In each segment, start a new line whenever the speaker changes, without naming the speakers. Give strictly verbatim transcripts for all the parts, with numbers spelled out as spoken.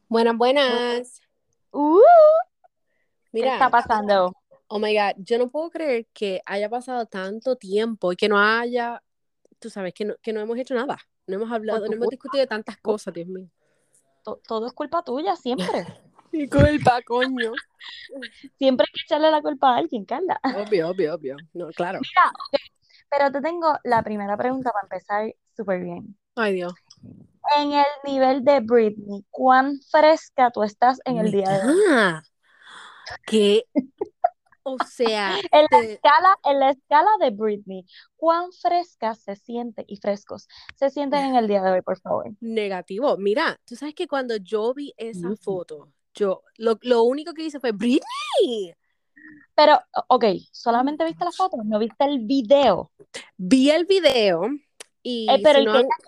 Buenas,
Uh,
buenas.
uh, ¿qué está
Mira,
pasando?
oh my God, yo no puedo creer que haya pasado tanto tiempo y que no haya, tú sabes, que no, que no hemos hecho nada. No hemos
Por
hablado, no
tu
hemos
culpa.
discutido de tantas
Uh,
cosas, Dios mío.
to- todo es culpa tuya, siempre.
Mi culpa, coño.
Siempre hay que echarle la culpa a alguien, Carla.
Obvio, obvio, obvio. No, claro.
Mira, pero te tengo la primera pregunta para empezar súper bien.
Ay, Dios.
En el nivel de Britney, ¿cuán fresca tú estás en el día de hoy?
Mira, que, o sea,
En la
te-
escala, en la escala de Britney, ¿cuán fresca se siente y frescos se sienten en el día de hoy, por favor?
negativo. Mira, tú sabes que cuando yo vi esa
Mm.
foto, yo, lo, lo único que hice fue, Britney.
Pero, ok,
Oh my
¿solamente viste la
gosh.
foto? ¿No viste el video?
Vi el video
Eh,
y
pero
si
el
no
que
han,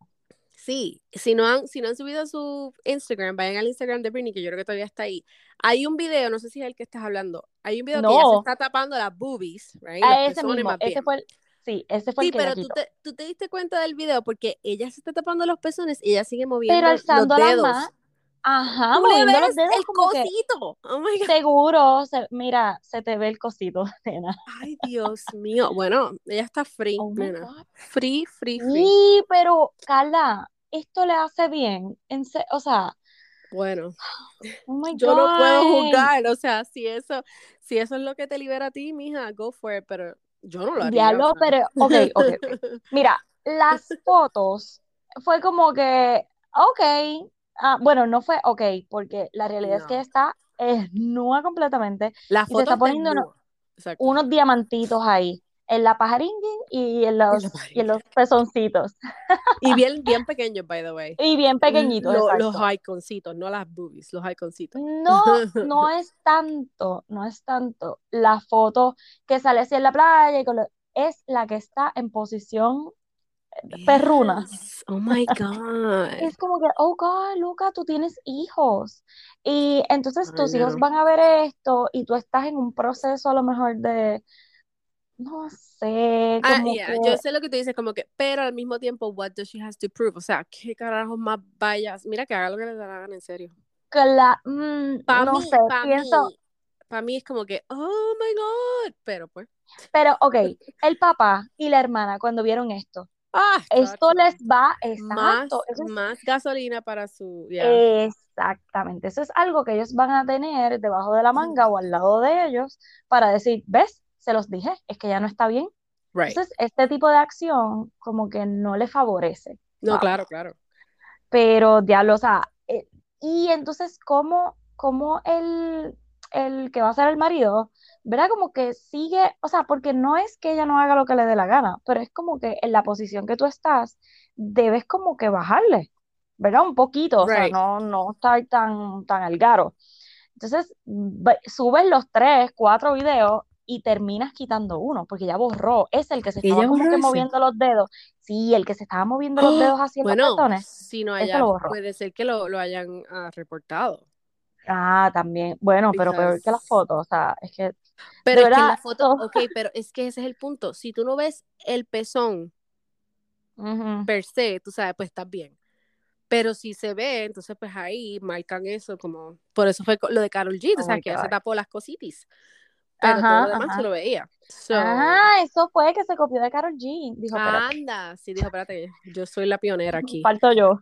sí, si no han, si no han subido a su Instagram, vayan al Instagram de Britney, que yo creo que todavía está ahí. Hay un video, no sé si es el que estás hablando, hay un video que ella se
no,
está tapando las boobies, right? Los
a ese
pezones
mismo,
más
ese
bien.
fue el, sí, ese fue el
Sí,
que ella
pero tú
quitó.
te, tú te diste cuenta del video porque ella se está tapando los pezones y ella sigue
Pero
moviendo los
alzando las manos,
dedos.
ajá,
Tú le
moviendo los
ves
dedos
el
como que
cosito. Oh my God.
seguro, se- mira, se te ve el cosito, nena.
Ay, Dios mío. Bueno, ella está free,
Oh my
nena.
God.
Free, free, free.
Sí, pero Carla, esto le hace bien, en se- o sea,
Bueno,
oh my
yo no puedo
God.
juzgar, o sea, si eso, si eso es lo que te libera a ti, mija, go for it, pero yo no lo haría, o
Diablo,
sea.
pero, ok, ok, ok. Mira, las fotos fue como que, ok, ah, bueno, no fue ok, porque la realidad es que ella
No.
está desnuda completamente
La
y se
foto
está
es
poniendo uno-
desnuda. Exacto.
unos diamantitos ahí, en la pajaringue y en
Y la
los, y en
pared.
los pezoncitos,
Y bien, bien pequeños, by the way.
y bien pequeñitos,
Lo- los
exacto.
iconcitos, no las boobies, los iconcitos.
No, no es tanto, no es tanto la foto que sale así en la playa, y con lo- es la que está en posición perruna.
Yes. Oh my God.
Es como que, oh God, Luca, tú tienes hijos. Y entonces
Ay,
tus hijos
no.
van a ver esto y tú estás en un proceso a lo mejor de, no sé,
Ah,
como que,
yeah, yo sé lo que tú dices, como que, pero al mismo tiempo, what does she has to prove? O sea, ¿qué carajos más vayas? Mira que haga lo que le da la gana, en serio.
cla- mm,
Para
no sé,
mí, para
pienso,
mí, para mí es como que, oh my God, pero pues,
pero ok, el papá y la hermana cuando vieron esto,
ah,
esto
chacho,
les va exacto,
más,
eso es
más gasolina para su, ya,
exactamente, eso es algo que ellos van a tener debajo de la manga o al lado de ellos para decir, ¿ves? Se los dije, es que ya no está bien.
right.
Entonces, este tipo de acción como que no le favorece,
No,
vamos.
claro, claro.
Pero diablo, o sea, eh, y entonces, ¿cómo, cómo el, el que va a ser el marido, ¿verdad? Como que sigue, o sea, porque no es que ella no haga lo que le dé la gana, pero es como que en la posición que tú estás, debes como que bajarle, ¿verdad? Un poquito, o sea,
Right.
no, no estar tan, tan al garo. Entonces, ve- subes los tres, cuatro videos y terminas quitando uno, porque ya borró. Es el que se estaba
Ella
como
borró
que
ese.
moviendo los dedos. Sí, el que se estaba moviendo los
¡Oh!
dedos así en los
Bueno,
pezones,
si no
ese
haya,
lo borró.
puede ser que lo, lo hayan ah, reportado.
Ah, también. Bueno, pero peor que las
Because...
fotos. O sea, es que,
Pero
de
es que en
verdad,
la foto,
todo.
ok, pero es que ese es el punto. Si tú no ves el pezón
Ujú.
per se, tú sabes, pues estás bien. Pero si se ve, entonces pues ahí marcan eso como... Por eso fue lo de Carol G, o
Oh
sea,
my
que ella se
God.
tapó las cositis. Pero todo lo
Ajá,
demás se
ajá.
lo veía. So,
Ah, eso fue que se copió de Karol G. Dijo, espérate,
anda, sí, dijo, espérate, yo soy la pionera aquí.
falto yo.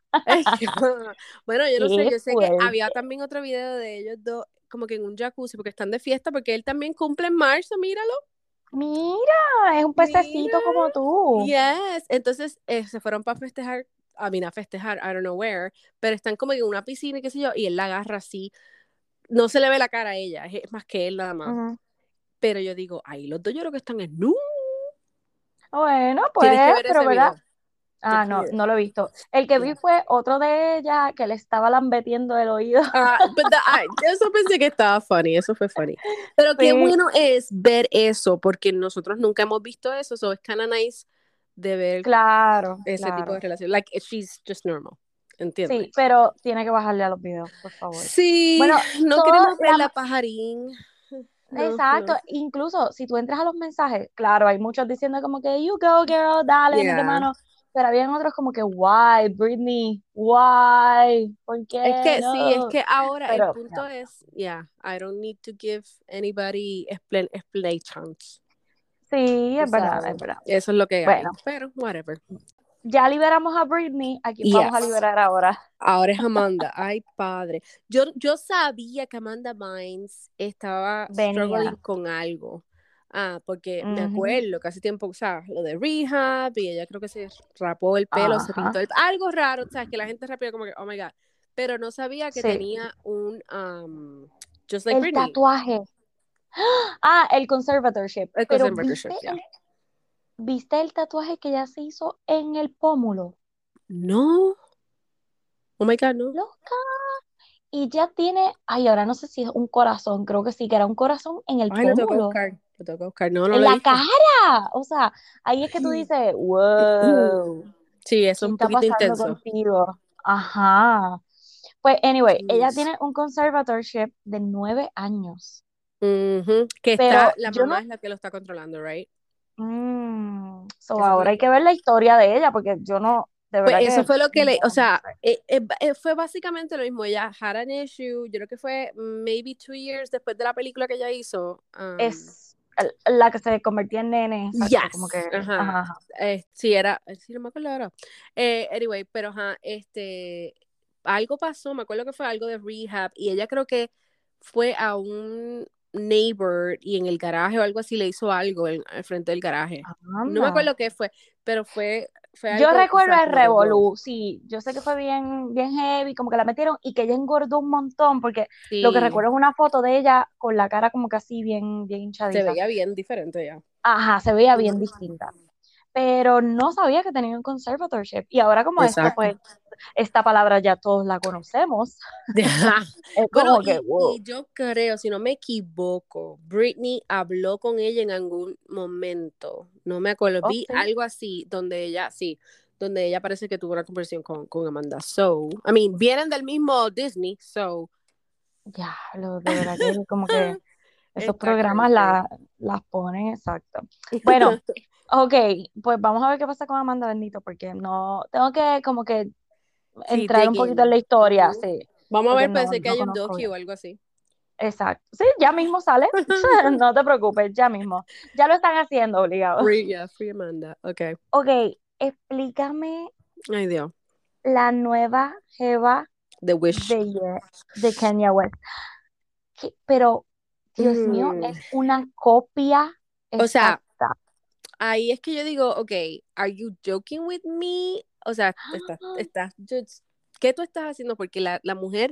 Bueno, yo no sé,
Qué
yo sé que había
fuerte.
también otro video de ellos dos, como que en un jacuzzi, porque están de fiesta, porque él también cumple en marzo, míralo.
Mira, es un
Mira.
pececito como tú.
Yes. Entonces eh, se fueron para festejar, a mí a festejar, I don't know where, pero están como en una piscina y qué sé yo, y él la agarra así. No se le ve la cara a ella, es más que él nada más.
Ujú.
Pero yo digo, ahí los dos yo creo que están en nu.
Bueno,
Tienes que
pues,
ver
pero
ese
¿verdad?
video.
Ah,
Tienes que
no,
ver.
no lo he visto. El que vi
Yeah.
fue otro de ella que le estaba lambetiendo el oído.
Ah, but the- ay, eso pensé que estaba funny, eso fue funny. Pero qué
Sí,
bueno es ver eso, porque nosotros nunca hemos visto eso, so es kind of nice de ver
claro,
ese tipo de
claro.
relación. Like, she's just normal,
Sí,
¿entiendes?
pero tiene que bajarle a los videos, por favor.
Sí,
Bueno,
no
toda
queremos ver
la...
la pajarín. No,
Exacto,
no.
incluso si tú entras a los mensajes, claro, hay muchos diciendo como que, you go, girl, dale, mete
Yeah.
mano. pero habían otros como que, why, Britney, why, ¿por
Es
qué
que sí, es
no?
que ahora el
Pero,
punto
ya,
es, yeah, I don't need to give anybody explan explanations.
sí,
Tú
es verdad,
sabes,
es verdad.
eso es lo que hay,
Bueno,
pero whatever.
ya liberamos a Britney, ¿a quién vamos a
Yes.
liberar ahora?
Ahora es Amanda. Ay, padre. Yo, yo sabía que Amanda Bynes estaba struggling
Venía.
con algo. Ah, porque me
Ujú.
acuerdo que hace tiempo, o sea, lo de rehab y ella creo que se rapó el pelo, se pintó
Ajá,
el algo raro, o sea, que la gente rápido como que, oh my God. Pero no sabía que
sí.
tenía un, um, just like
El
Britney,
tatuaje. Ah, el conservatorship.
el
Pero
conservatorship,
¿viste
ya.
el, ¿viste el tatuaje que ella se hizo en el pómulo?
No, oh my God, no.
Loca. Y ya tiene, ay, ahora no sé si es un corazón, creo que sí, que era un corazón en el
Ay, lo tengo que
pómulo,
buscar, lo tengo que buscar. No, no
en
lo he
la
visto.
cara. O sea, ahí es que tú dices, wow,
Sí, eso
¿qué
es un
está
poquito
pasando
intenso.
contigo? Ajá. Pues, anyway, ella
Jeez.
tiene un conservatorship de nueve años.
Ujú, que está,
Pero
la
yo
mamá
no.
es la que lo está controlando, right?
Mm, so
Eso
ahora
fue,
hay que ver la historia de ella, porque yo no, de
pues
verdad
eso
que
fue lo que
no,
le, o
no
sea,
sé.
eh, eh, eh, fue básicamente lo mismo. Ella had an issue, yo creo que fue maybe two years después de la película que ella hizo. Um,
Es el- la que se convertía en nene, exacto, como
yes,
que,
ajá.
ajá, ajá.
Eh, sí, era, eh, sí, no me acuerdo ahora. Eh, anyway, pero ajá, este, algo pasó, me acuerdo que fue algo de rehab y ella creo que fue a un neighbor y en el garaje o algo así le hizo algo en, al frente del garaje. No me
Anda.
acuerdo qué fue, pero fue, fue
Yo
algo, o
recuerdo
sea,
el
como que wow.
Revolú, sí, yo sé que fue bien, bien heavy, como que la metieron y que ella engordó un montón, porque lo que
Sí,
recuerdo es una foto de ella con la cara como que así bien, bien
se
hinchadiza.
veía bien diferente ya.
Ajá, se veía bien
Ujú.
distinta. Pero no sabía que tenía un conservatorship. Y ahora como esto,
Exacto.
pues, esta palabra ya todos la conocemos. Es
Bueno,
como que,
y,
wow.
y yo creo, si no me equivoco, Britney habló con ella en algún momento, no me acuerdo,
Oh,
vi
sí.
algo así, donde ella, sí, donde ella parece que tuvo una conversación con, con Amanda. So, I mean, vienen del mismo Disney, so,
Ya, lo, de verdad que como que esos
está
programas
crazy.
la, las ponen exacto. Bueno, ok, pues vamos a ver qué pasa con Amanda Bendito, porque no, tengo que como que
Sí,
entrar un poquito en
digging.
la historia,
Ujú.
sí,
Vamos a
porque
ver, puede
no,
ser que
no
haya un
conozco
docu
bien.
o algo así.
Exacto. Sí, ya mismo sale. No te preocupes, ya mismo. Ya lo están haciendo, obligado.
Free, yeah, free Amanda. Okay.
Ok, explícame
Ay, Dios.
la nueva Jeva
The Wish.
de, Ye- de Kanye West. Que- pero, Dios mío,
Mm.
es una copia
O sea,
exacta.
ahí es que yo digo, ok, are you joking with me? O sea, estás, estás, just- ¿qué tú estás haciendo? Porque la, la mujer,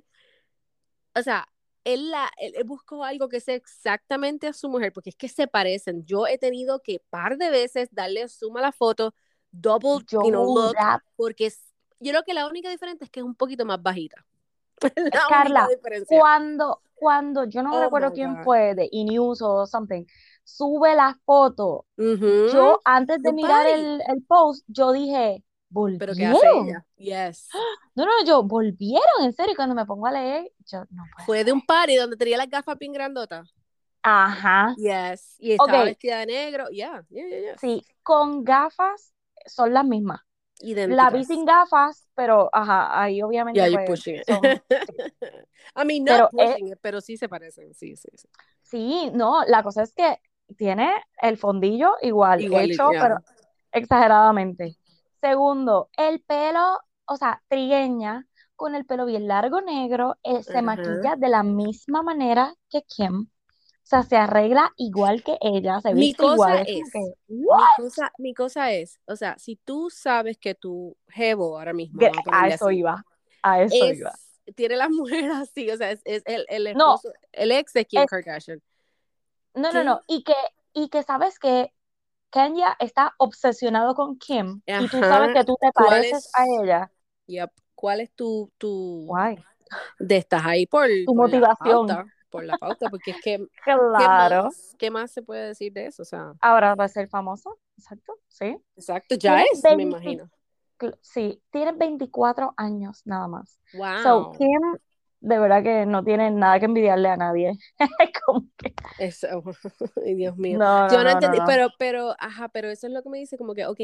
o sea, él, la, él, él buscó algo que sea exactamente a su mujer, porque es que se parecen. Yo he tenido que par de veces darle zoom a la foto, double,
Yo
you know, look,
juraba,
porque es, yo creo que la única diferencia es que es un poquito más bajita. La única
Carla,
diferencia.
cuando, cuando, yo no
Oh
recuerdo
my
quién
God.
fue de E-News o something, sube la foto.
Ujú.
Yo, antes de mirar
Goodbye.
el, el post, yo dije,
Pero ¿qué hace
¿volvieron?
ella? Yes.
No, no, yo, ¿volvieron? En serio, y cuando me pongo a leer, yo, no puede
Fue de un
ser.
party donde tenía las gafas bien grandotas.
Ajá.
Yes. Y
Ok,
estaba vestida de negro. Yeah, yeah, yeah, yes.
sí, con gafas son las mismas. La vi
Idénticas.
sin gafas, pero, ajá, ahí
Yeah,
obviamente
you're
pues
pushing
son,
it.
sí.
I mean, not
Pero eh,
pushing it, pero sí se parecen. Sí, sí, sí.
sí, no, la cosa es que tiene el fondillo igual,
Igual,
hecho,
yeah.
pero exageradamente. Segundo, el pelo, o sea, trigueña, con el pelo bien largo negro, eh, se
Ajá.
maquilla de la misma manera que Kim. O sea, se arregla igual que ella, se
Mi
viste
cosa
igual. Es como que,
es,
¿what?
mi cosa, mi cosa es, o sea, si tú sabes que tu jevo ahora mismo,
Que
vamos a
a
ponerle
eso
así,
iba, a eso iba.
es, tiene la mujer así, o sea, es, es el, el
No,
esposo, el ex de Kim
es,
Kardashian.
no, no,
¿Qué?
no. Y que, y que sabes que Kenya está obsesionado con Kim y tú sabes
Ajá.
que tú te
¿Cuál
pareces a
es,
ella.
yep, cuál es tu, tu,
Guay.
de estás ahí por,
Tu
por la
motivación.
pauta, por la pauta, porque es que, ¿qué
Claro.
más, qué más se puede decir de eso? O sea,
Ahora va a ser famoso. Exacto. Sí.
exacto, ya
Tiene
es, me
veinte,
imagino.
cl- sí, tiene veinticuatro años nada más. So,
Wow.
Kim, de verdad que no tiene nada que envidiarle a nadie. Como que,
Eso, ay, Dios mío.
no,
Yo
no,
no
no, no,
entendí,
no.
pero, pero, ajá, pero eso es lo que me dice, como que, ok,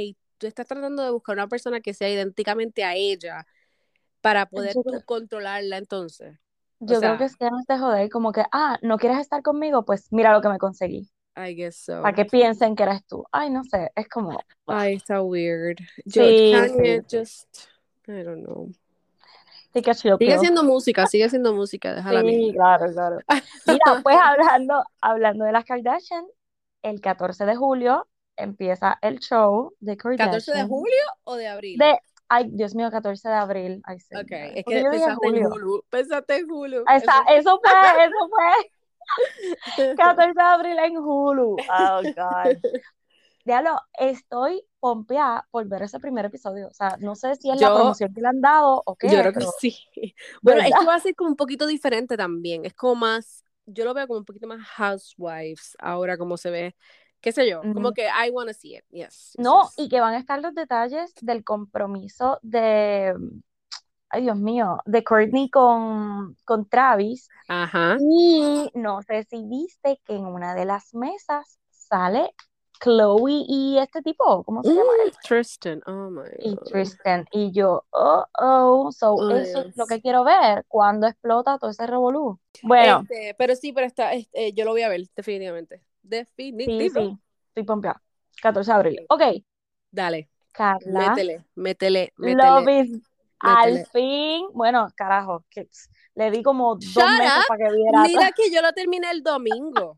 tú estás tratando de buscar una persona que sea idénticamente a ella para poder
Yo,
tú
creo-
controlarla entonces. O
yo creo que
sea,
es ganas de joder, como que, ah, ¿no quieres estar conmigo? Pues mira lo que me conseguí.
I guess
Para
so.
que piensen que eres tú. Ay, no sé, es como, bah.
Ay, está weird. Yo,
Sí, sí,
Kanye,
sí.
just, I don't know.
Sí que chill
Sigue
pill.
haciendo música, sigue haciendo música, deja la
Sí,
mierda.
claro, claro. Mira, pues hablando, hablando de las Kardashian, el catorce de julio empieza el show de
¿catorce de
Kardashian.
julio o de abril?
De, ay, Dios mío, catorce de abril. Ay,
Ok,
señores.
es
Porque
que
yo dije
pensaste en
julio.
Hulu, pensaste en Hulu.
Esa,
Eso
eso fue, eso fue catorce de abril en Hulu. Oh, God. Diablo, estoy pompeada por ver ese primer episodio. O sea, no sé si es la
Yo,
promoción que le han dado o
yo
qué,
creo que
pero,
sí. Bueno, es que
¿verdad?
va a ser como un poquito diferente también. Es como más, yo lo veo como un poquito más Housewives ahora como se ve, qué sé yo, como
Mm,
que I wanna see it. Yes, yes,
no,
yes.
y que van a estar los detalles del compromiso de, ay, Dios mío, de Courtney con, con Travis.
Ajá.
Y no sé si viste que en una de las mesas sale Chloe y este tipo, ¿cómo se llama
Mm,
él?
Tristan, oh my
Y
God.
Tristan. Y yo, oh, oh, so
Oh,
eso es lo
yes.
que quiero ver cuando explota todo ese revolú. Bueno,
Este, pero sí, pero está, este, yo lo voy a ver, definitivamente.
sí,
Definitivo.
sí, estoy pompeada. catorce de abril.
Ok,
Ok,
dale,
Carla,
métele, métele,
Love
métele,
is al
métele.
fin, bueno, carajo, que le di como dos
Shut
meses
up.
para que viera.
Mira que yo lo terminé el domingo.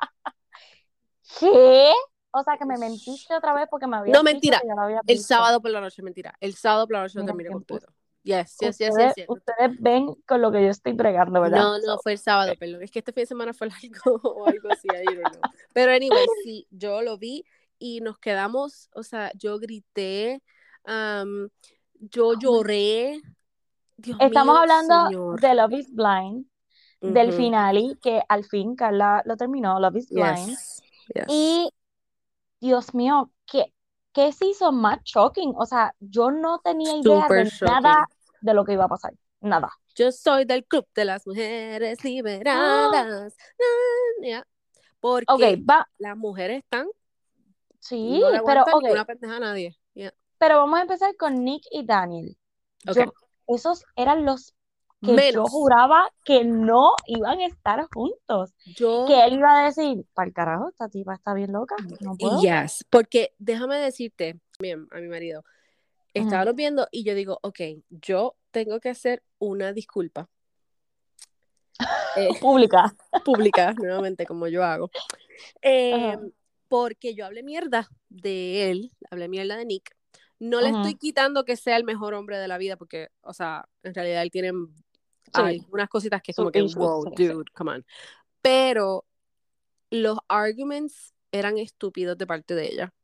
¿Qué? O sea, que me mentiste otra vez porque me
No,
habías dicho
mentira.
que ya lo habías
El
visto.
sábado por la noche, mentira. El sábado por la noche lo
Mira
terminé
que
completo. Yes, yes, yes, yes,
ustedes,
yes.
ustedes ven con lo que yo estoy bregando, ¿verdad?
No, no,
So,
fue el sábado,
ok.
perdón. Es que este fin de semana fue largo o algo así, I don't know. Pero anyway, sí, yo lo vi y nos quedamos, o sea, yo grité, um, yo
Oh my-
lloré. Dios
Estamos
mío,
hablando
señor.
de Love is Blind, del
Ujú.
finale, que al fin Carla lo terminó, Love is Blind.
Yes, yes.
Y, Dios mío, ¿qué, qué se hizo más shocking? O sea, yo no tenía idea
Super
de nada
shocking.
de lo que iba a pasar. Nada.
Yo soy del club de las mujeres
¡Ah!
liberadas. Ya.
Ok,
Porque
va.
las mujeres están,
Sí,
no le
pero
aguantan
ok.
ni una pendeja a nadie. Ya.
Pero vamos a empezar con Nick y Daniel.
Ok.
Yo, esos eran los que yo
Menos.
juraba que no iban a estar juntos.
Yo,
Que él iba a decir, para el carajo, esta tipa está bien loca, no puedo.
yes. Porque déjame decirte, bien, a mi marido,
Ujú.
estábamos viendo y yo digo, ok, yo tengo que hacer una disculpa eh,
Pública.
pública, nuevamente, como yo hago. Eh,
Ajá,
porque yo hablé mierda de él, hablé mierda de Nick. No le estoy
ujú.
quitando que sea el mejor hombre de la vida, porque, o sea, en realidad él tiene
Sí,
algunas cositas que es
sus
como que,
issues,
wow,
sí, sí.
dude, come on. Pero los arguments eran estúpidos de parte de ella.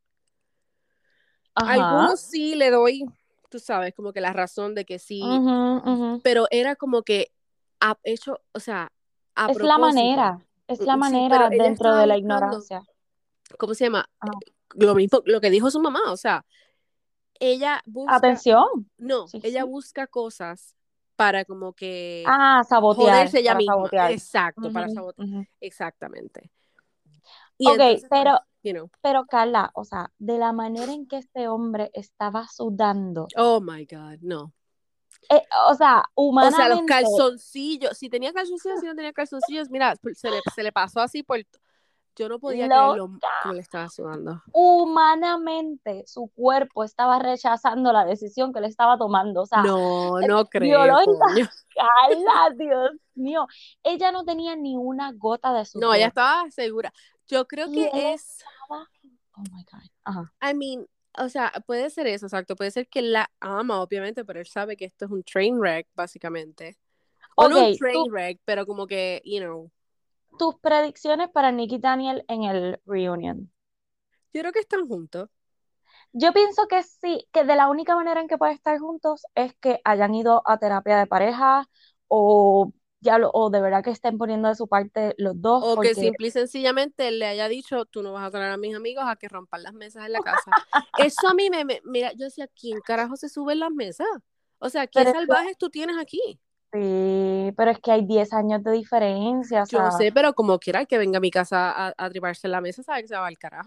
Ajá,
Algunos sí le doy, tú sabes, como que la razón de que sí,
ujú, ujú.
pero era como que ha hecho, o sea, a
Es la
propósito.
manera, es la
Mm, Sí, pero
manera
ella
dentro
estaba
de la
buscando,
ignorancia.
¿cómo se llama?
Ajá.
Lo mismo, lo que dijo su mamá, o sea, ella busca,
Atención.
no,
Sí,
ella
sí.
busca cosas para como que
Ah, sabotear,
joderse ella
para
misma,
sabotear.
exacto, para
Ujú,
sabotear,
ujú.
exactamente. Y
Ok,
entonces, pues,
pero
you know,
Pero Carla, o sea, de la manera en que este hombre estaba sudando,
oh my God, no.
eh, o sea,
O sea, los
humanamente,
calzoncillos, si tenía calzoncillos, si no tenía calzoncillos, mira, pues, se le, se le pasó así por, yo no podía creer
lo,
lo como le estaba sudando.
humanamente, su cuerpo estaba rechazando la decisión que le estaba tomando. O sea,
No,
eh,
no creo,
biológica,
coño.
Carla, Dios mío, ella no tenía ni una gota de
No, ella
sudor.
estaba segura. Yo creo
Y
que
él
es,
estaba, oh my God, ajá.
I mean, o sea, puede ser eso, exacto. Puede ser que él la ama, obviamente, pero él sabe que esto es un train wreck, básicamente. O
Ok,
no un
tú-
train wreck, pero como que, you know.
tus predicciones para Nick y Daniel en el reunion.
Yo creo que están juntos.
Yo pienso que sí, que de la única manera en que pueden estar juntos es que hayan ido a terapia de pareja o ya lo, o de verdad que estén poniendo de su parte los dos,
O que
porque
simple y sencillamente él le haya dicho, tú no vas a traer a mis amigos a que rompan las mesas en la casa. Eso a mí me, me- mira, yo decía, ¿quién carajo se sube en las mesas? O sea, ¿qué
pero es que
salvajes tú tienes aquí?
sí, pero es que hay diez años de diferencia, o
Yo
sea,
sé, pero como quiera el que venga a mi casa a, a triparse en la mesa, sabe que se va al carajo.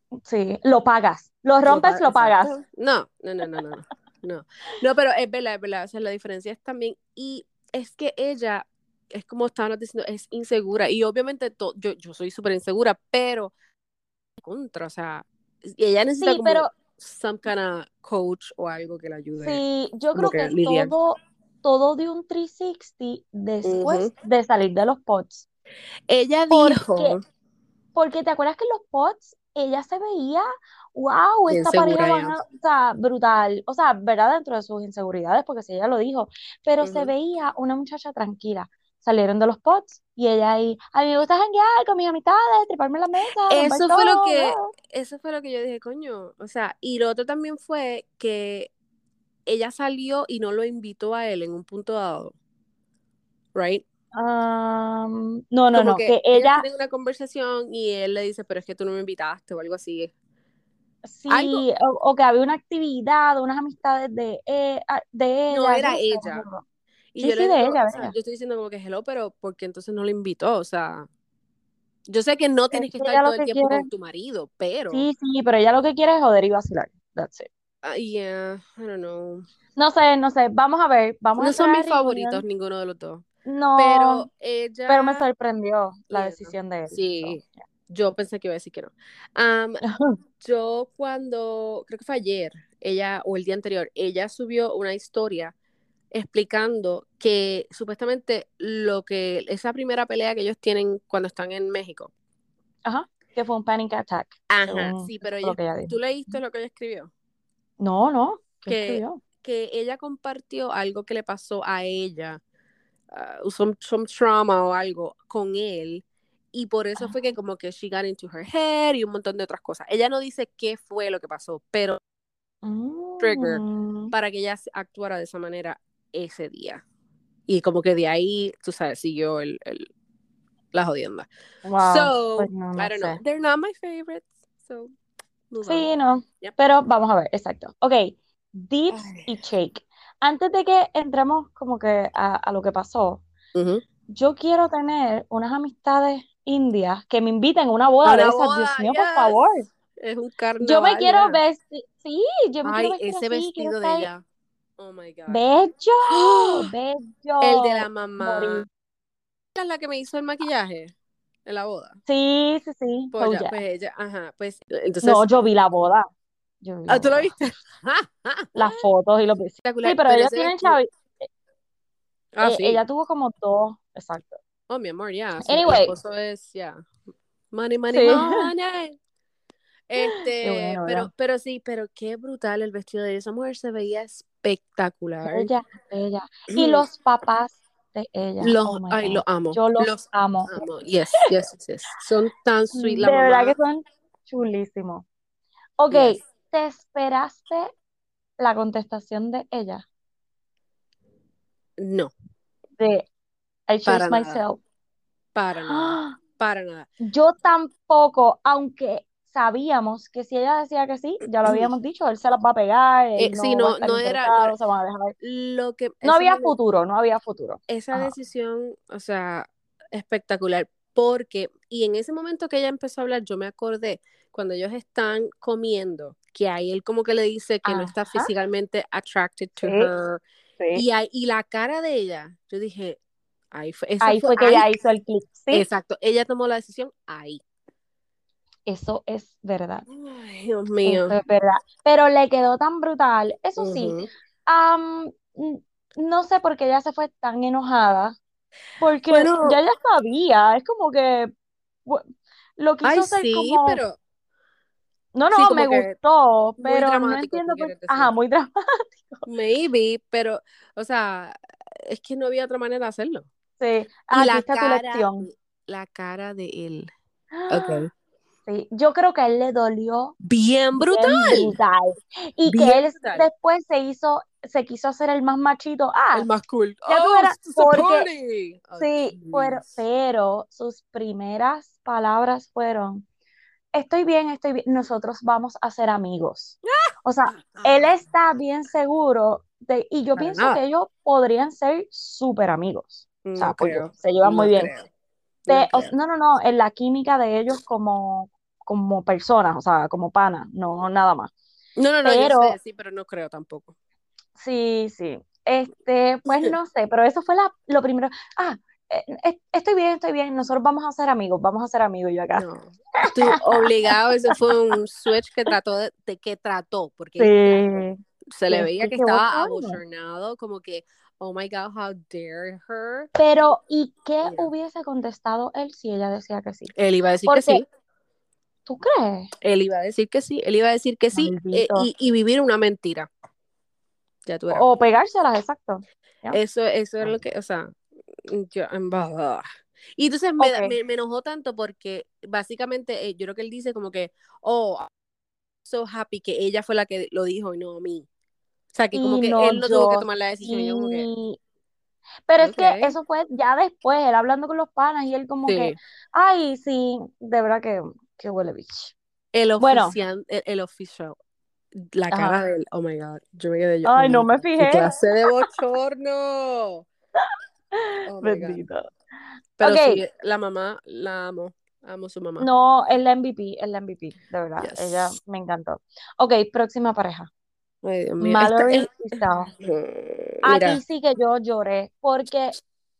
Sí, lo pagas. Lo
Lo
rompes,
pa-
lo pagas.
exacto. No, no, no, no, no, no. No, no, pero es verdad, es verdad. O sea, la diferencia es también, y es que ella, es como estábamos diciendo, es insegura. Y obviamente to- yo, yo soy súper insegura, pero contra, o sea, y ella necesita
Sí, pero
como some kind of coach o algo que la ayude,
sí, yo
como
creo
que
que
lidiar.
todo, todo de un trescientos sesenta
Ujú.
después de salir de los pods.
Ella
Porque,
dijo,
porque te acuerdas que en los pods ella se veía, wow,
bien
esta pareja
segura
van
ya.
a, o sea, brutal. O sea, verdad, dentro de sus inseguridades, porque sí, ella lo dijo. Pero se
Ujú.
veía una muchacha tranquila. Salieron de los pods y ella ahí, a mí me gusta janguear con mis amistades, treparme en la mesa, romper
Eso fue lo
todo,
que,
bla.
eso fue lo que yo dije, coño, o sea, y lo otro también fue que ella salió y no lo invitó a él en un punto dado, right?
Am, no, no,
Como
no,
que
que
ellos
ella
tienen una conversación y él le dice, pero es que tú no me invitaste o algo así. Algo,
sí, o, o que había una actividad, unas amistades de, e- a- de
no
ella, yo
era
no sé, no me
ella.
acuerdo.
Y
Sí,
yo le
sí, de
digo,
ella,
o
de
sea,
ella.
yo estoy diciendo como que hello, pero ¿por qué entonces no lo invitó? O sea, yo sé que no
Es
tienes que
que
estar
ella lo
todo el
que
tiempo
quiere,
con tu marido, pero,
sí, sí, pero ella lo que quiere es joder y vacilar. That's it.
uh, yeah, I don't know.
No sé, no sé, vamos a ver, vamos a
No son
esperar
mis
a
favoritos
reunion.
ninguno de los dos.
No,
Pero
pero me
ella,
sorprendió la
yeah,
decisión de él. So,
sí, yo pensé que iba a decir que no. Um,
yeah.
yo cuando, creo que fue ayer, ella, o el día anterior, ella subió una historia explicando que supuestamente lo que, esa primera pelea que ellos tienen cuando están en México.
Ajá, que fue un panic attack,
Según,
según
sí,
eso
pero
fue lo
ella,
que ella dijo.
¿tú leíste lo que ella escribió?
No, no, ¿qué
Que,
escribió?
que ella compartió algo que le pasó a ella, uh, some, some trauma o algo con él, y por eso fue que como que she got into her head y un montón de otras cosas. Ella no dice qué fue lo que pasó, pero trigger
Mm,
para que ella actuara de esa manera ese día. Y como que de ahí, tú sabes, siguió el, el, la jodienda.
wow, pues
So,
no,
I
no
don't know.
sé.
They're not my favorites. So, move on.
Sí, no.
Yep.
Pero vamos a ver, exacto. Ok, dips
Ay.
y shake. Antes de que entremos como que a, a lo que pasó,
Uh-huh.
yo quiero tener unas amistades indias que me inviten a una
A
boda de
una
esas.
boda,
Dios mío, por favor.
yes. Es un
Yo me
carnaval
quiero
ya.
vestir, sí, yo me quiero
Ay,
vestir
ese
así, quiero
vestido de
estar
ella. Oh my God.
bello,
El de la
bello,
mamá.
morir.
¿Es la que me hizo el maquillaje en la boda?
Sí, sí, sí,
Pues
oh
ya,
yeah.
pues ella, ajá, pues
No,
entonces,
yo vi la boda, yo vi
ah,
la
¿tú lo
boda.
viste?
Las fotos y los vestidos. Sí,
Espectacular,
pero
pero
ellos
ese
tienen
vestido,
chavi.
ah,
eh,
sí.
ella tuvo como dos, exacto.
Oh, mi amor, ya, su- el
Anyway,
esposo es, ya, money, money,
sí.
money.
Qué
Este,
bueno, ¿verdad?
pero, pero sí, pero qué brutal el vestido de esa mujer, se veía espectacular.
Bella, bella. Y los papás de ella,
Los,
oh my
ay,
God,
los amo,
yo los
los
amo.
amo, yes, yes, yes, yes. Son tan sweet, la
De verdad que
mamá,
son chulísimos. Ok,
yes,
¿te esperaste la contestación de ella?
no,
De I choose
para nada,
myself.
para nada,
¡Ah!
para nada.
Yo tampoco, aunque sabíamos que si ella decía que sí, ya lo habíamos dicho, él se las va a pegar,
Eh,
él
sí,
no va a
no,
estar
no era, no era,
interesado, se van a dejar.
lo que,
No
esa,
había futuro, no había futuro.
esa
Ajá.
decisión, o sea, espectacular, porque, y en ese momento que ella empezó a hablar, yo me acordé cuando ellos están comiendo, que ahí él como que le dice que no está
Ajá.
físicamente attracted to
Sí,
her,
sí.
y, ahí, y la cara de ella, yo dije, ahí fue, esa
Ahí
fue,
fue que
ahí,
ella hizo el clic. Sí,
exacto, ella tomó la decisión ahí.
eso es verdad.
Ay, Dios
Eso
mío.
es verdad. Pero le quedó tan brutal. Eso sí,
Ujú.
am, n- no sé por qué ella se fue tan enojada, porque
Bueno,
ya ella sabía, es como que bu- lo quiso
ay,
hacer
sí,
como,
pero
no,
sí,
no,
como
me
que
gustó,
muy
pero no
dramático, tú
entiendo por
quieres
qué, ajá,
decir.
muy dramático.
Maybe, pero, o sea, es que no había otra manera de hacerlo.
Sí,
Y
aquí
la
está tu
cara,
lección.
la cara de él. Ok.
Sí, yo creo que a él le dolió
Bien
bien
brutal.
brutal. Y que
Bien
él
brutal.
después se hizo, se quiso hacer el más machito.
El
Ah,
más cool.
ya tú
Oh,
verás,
it's a
porque
party. Oh,
sí, pero,
jeez.
pero sus primeras palabras fueron, estoy bien, estoy bien, nosotros vamos a ser amigos. O sea, él
Ah,
está bien seguro de, y yo
para
pienso que
nada.
ellos podrían ser súper amigos. O sea,
No
porque
creo.
se llevan muy
No
bien.
creo. No
De- o-
creo.
no, no, no, en la química de ellos como como personas, o sea, como panas, no nada más.
No, no, no, yo
Pero
sé, sí, pero no creo tampoco.
sí, sí. Este, pues no sé, pero eso fue la, lo primero. Ah, eh, eh, estoy bien, estoy bien. Nosotros vamos a ser amigos, vamos a ser amigos yo acá.
No. Tú obligado, eso fue un switch que trató de, de- que trató, porque él trató.
Sí,
Se le
que
veía
sí,
que
qué
estaba
bochorno.
abochornado, como que, oh my God, how dare her.
Pero, ¿y qué
Yeah.
hubiese contestado él si ella decía que sí?
Él iba a decir que
Porque,
sí,
¿tú crees?
él iba a decir que sí, él iba a decir que sí eh,
Maldito.
y, y vivir una mentira. Ya tú verás.
O pegárselas, exacto. ¿Ya?
Eso, eso es lo que, o sea, yo, en verdad. Y entonces me,
Ok.
da- me, me enojó tanto porque básicamente eh, yo creo que él dice como que, oh, I'm so happy que ella fue la que lo dijo y no a mí. O sea, que como
Y
que
no
él no tuvo que
yo,
tomar la decisión. Y yo como que,
sí. Pero es que
ok.
eso fue ya después, él hablando con los panas y él como que,
Sí,
ay, sí, de verdad que, que huele bicho.
el
Bueno,
oficial, el, el oficial, la cara
ajá.
de él, oh my God, yo me quedé yo, oh
Ay, no
my
me
God, qué
fijé.
clase de bochorno. Oh my God.
Bendito.
Pero
Ok,
sí, la mamá, la amo, amo a su mamá.
no, es la M V P, es la M V P, de verdad, ella
Yes.
me encantó. Ok, próxima pareja.
Ay, Dios mío. Esta es.
Mallory y Sal. Aquí
Mira.
sí que yo lloré, porque,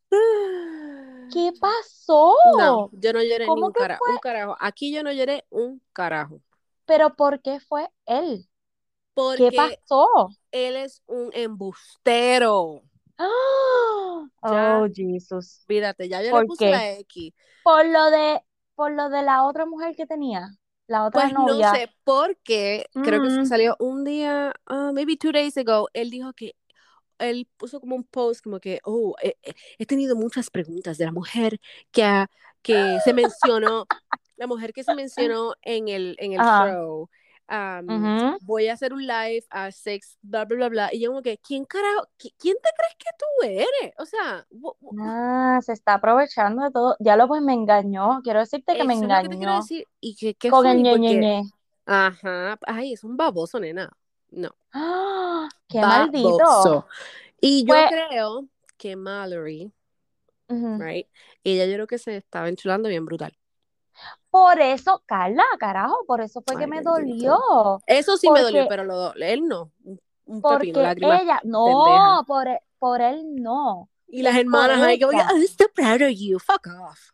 ¿qué pasó?
No, yo no lloré ni
¿Cómo
un
que
carajo,
fue?
un carajo. Aquí yo no lloré un carajo.
Pero ¿por qué fue él? ¿Qué
Porque
pasó?
él es un embustero.
¡Ah!
Ya,
Oh, Jesús.
fíjate, ya yo le
¿Por
puse
qué?
la X.
Por lo de, por lo de la otra mujer que tenía, la otra
Pues no
novia.
sé, porque creo que
Mm,
salió un día, uh, maybe two days ago, él dijo que él puso como un post como que, oh, he, he tenido muchas preguntas de la mujer que, ha, que se mencionó, la mujer que se mencionó en el, en el
ajá.
show. Um,
Ujú.
voy a hacer un live a sex, bla, bla, bla, bla. Y yo como que, ¿quién carajo, quién te crees que tú eres? O sea,
Ah, se está aprovechando de todo. Ya lo pues me engañó. Quiero decirte que me
eso es lo que te quiero
engañó
decir. Y que, qué
con el
funny,
ñe, ñe,
porque,
ñe.
ajá, ay, es un baboso, nena. No,
¡Ah! ¡Qué maldito!
baboso. Y yo
Pues,
creo que Mallory,
ujú.
right? Ella yo creo que se estaba enchulando bien brutal.
Por eso, Carla, carajo, por eso fue que
Ay,
me
bendito.
dolió.
Eso sí me dolió,
Porque,
pero lo, él no. Un, un pepino,
porque
lágrimas
ella,
pendeja.
no, por, e- por él no.
Y las
Es por
hermanas ahí que voy,
ella.
I'm so proud of you, fuck off.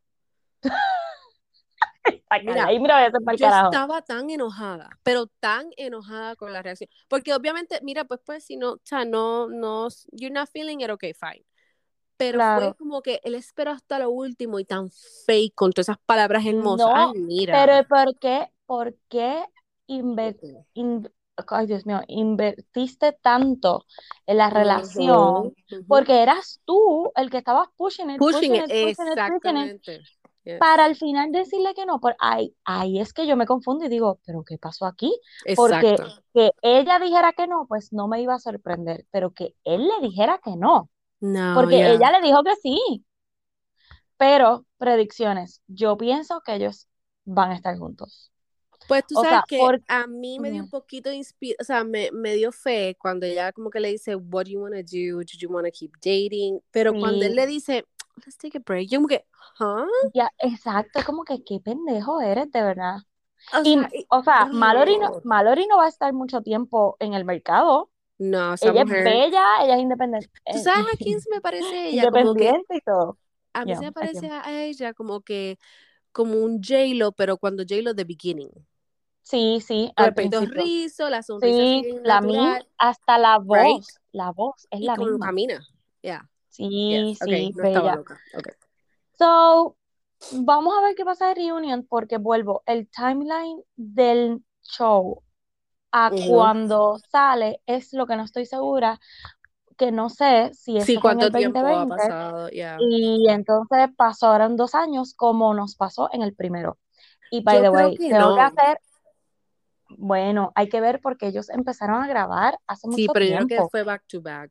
Ay, Carla,
Mira,
y mira, ese para el
yo
carajo.
estaba tan enojada, pero tan enojada con la reacción. Porque obviamente, mira, pues pues si no, o sea, no, no, you're not feeling it, okay, fine. Pero fue
Claro.
como que él esperó hasta lo último y tan fake con todas esas palabras hermosas. Ay,
No,
mira.
pero ¿por qué, por qué inver- in- ay, Dios mío, invertiste tanto en la relación?
Ujú, ujú.
Porque eras tú el que estabas pushing it,
Pushing
pushing
it,
it, pushing it, pushing it,
exactamente.
para
Yes.
al final decirle que no. Por, ahí, ahí es que yo me confundo y digo, ¿pero qué pasó aquí? Porque
Exacto.
que ella dijera que no, pues no me iba a sorprender, pero que él le dijera que no,
No,
porque
ya.
ella le dijo que sí. Pero predicciones, yo pienso que ellos van a estar juntos.
Pues tú
O
sabes
sea,
que
por...
a mí me dio un
Ujú.
poquito de inspiración, o sea, me, me dio fe cuando ella como que le dice, what do you want to do? Do you want to keep dating? Pero cuando él
Sí,
le dice, let's take a break, yo como que, ¿huh?
ya, exacto, es como que qué pendejo eres, de verdad.
O
Y,
sea, y-
o sea, Mallory no,
ugh.
Mallory no va a estar mucho tiempo en el mercado.
No, esa
Ella es
mujer.
bella, ella es independiente,
¿Tú
eh,
sabes a quién se me parece ella? Como que
independiente y todo.
a mí
Ya,
se me
¿a
parece
quién?
a ella como que, como un J-Lo, pero cuando J-Lo the beginning.
Sí, sí,
Con
al
el pelito
principio.
rizo, la sonrisa así
Sí,
bien
la Min,
natural,
hasta la
right?
voz, la voz es
Y
la
como
misma.
camina. Yeah,
Sí,
yes, ok,
sí,
no estaba
bella.
loca. Ok.
So, vamos a ver qué pasa de Reunion porque vuelvo, el timeline del show a
Ujú.
cuando sale es lo que no estoy segura, que no sé si
Sí,
eso fue en el
¿cuánto
dos mil
tiempo ha
veinte
pasado? Ya.
y entonces pasaron dos años como nos pasó en el primero. Y by
Yo
the
creo
way,
que
tengo que
no.
hacer, bueno, hay que ver porque ellos empezaron a grabar hace
Sí,
mucho
pero yo creo que
tiempo.
fue back to back.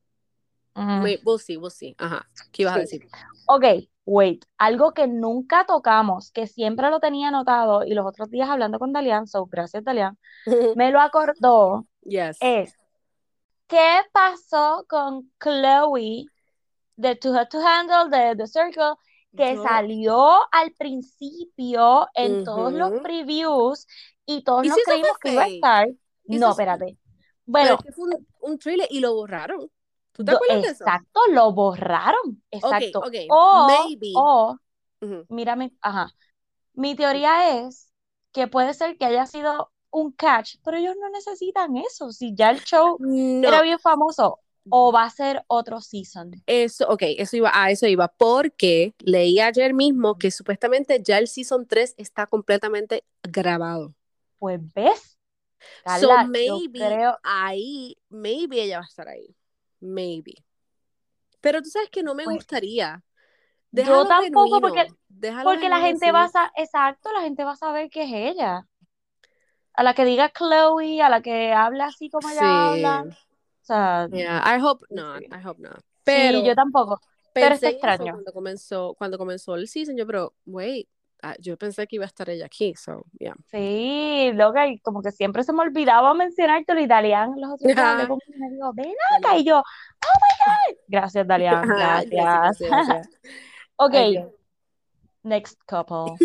Mm,
May- We'll see, we'll see. Ajá. ¿Qué ibas a
sí.
decir?
Ok, wait, algo que nunca tocamos, que siempre lo tenía anotado y los otros días hablando con Dalian, so gracias Dalian, me lo acordó,
Yes.
es, ¿qué pasó con Chloe de Too Hot to Handle, de The Circle que
Yo,
salió al principio en todos los
ujú.
previews y todos
¿Y si
nos
eso
creímos que
fue
iba a
fake?
estar.
Eso
No,
es,
espérate.
pero es
Bueno,
que fue un, un trailer y lo borraron. ¿Tú te
do-
acuerdas de eso?
exacto, lo borraron.
Ok,
Exacto.
ok,
O,
maybe.
o,
Ujú.
mírame, ajá. Mi teoría es que puede ser que haya sido un catch, pero ellos no necesitan eso. Si ya el show era
No,
bien famoso, o va a ser otro season.
eso, ok, eso iba, a eso iba, porque leí ayer mismo que supuestamente ya el season tres está completamente grabado.
Pues ves,
So
Carla, yo
maybe
creo,
ahí, maybe ella va a estar ahí. Maybe. Pero tú sabes que no me
pues
gustaría.
yo
Déjalo
tampoco, porque,
genuino. Déjalo
porque la
genuino
gente va a
así.
saber, exacto, la gente va a saber que es ella. A la que diga Chloe, a la que habla así como ella habla.
Sí.
O sea,
Yeah, I hope
sí,
not.
sí.
I hope not.
Sí, yo
Pero
tampoco. Pero
pensé
está
en eso
extraño.
cuando comenzó, cuando comenzó el season. Yo, pero, wait, ah, yo pensé que iba a estar ella aquí. So, yeah.
Sí, loca, y como que siempre se me olvidaba mencionarte lo italiano. Los otros días hablé con él y me dijo, ven acá.
Dale.
Y yo, gracias, Dalian,
Gracias,
gracias.
gracias, gracias.
Ok,
Ay, Dios.
next couple.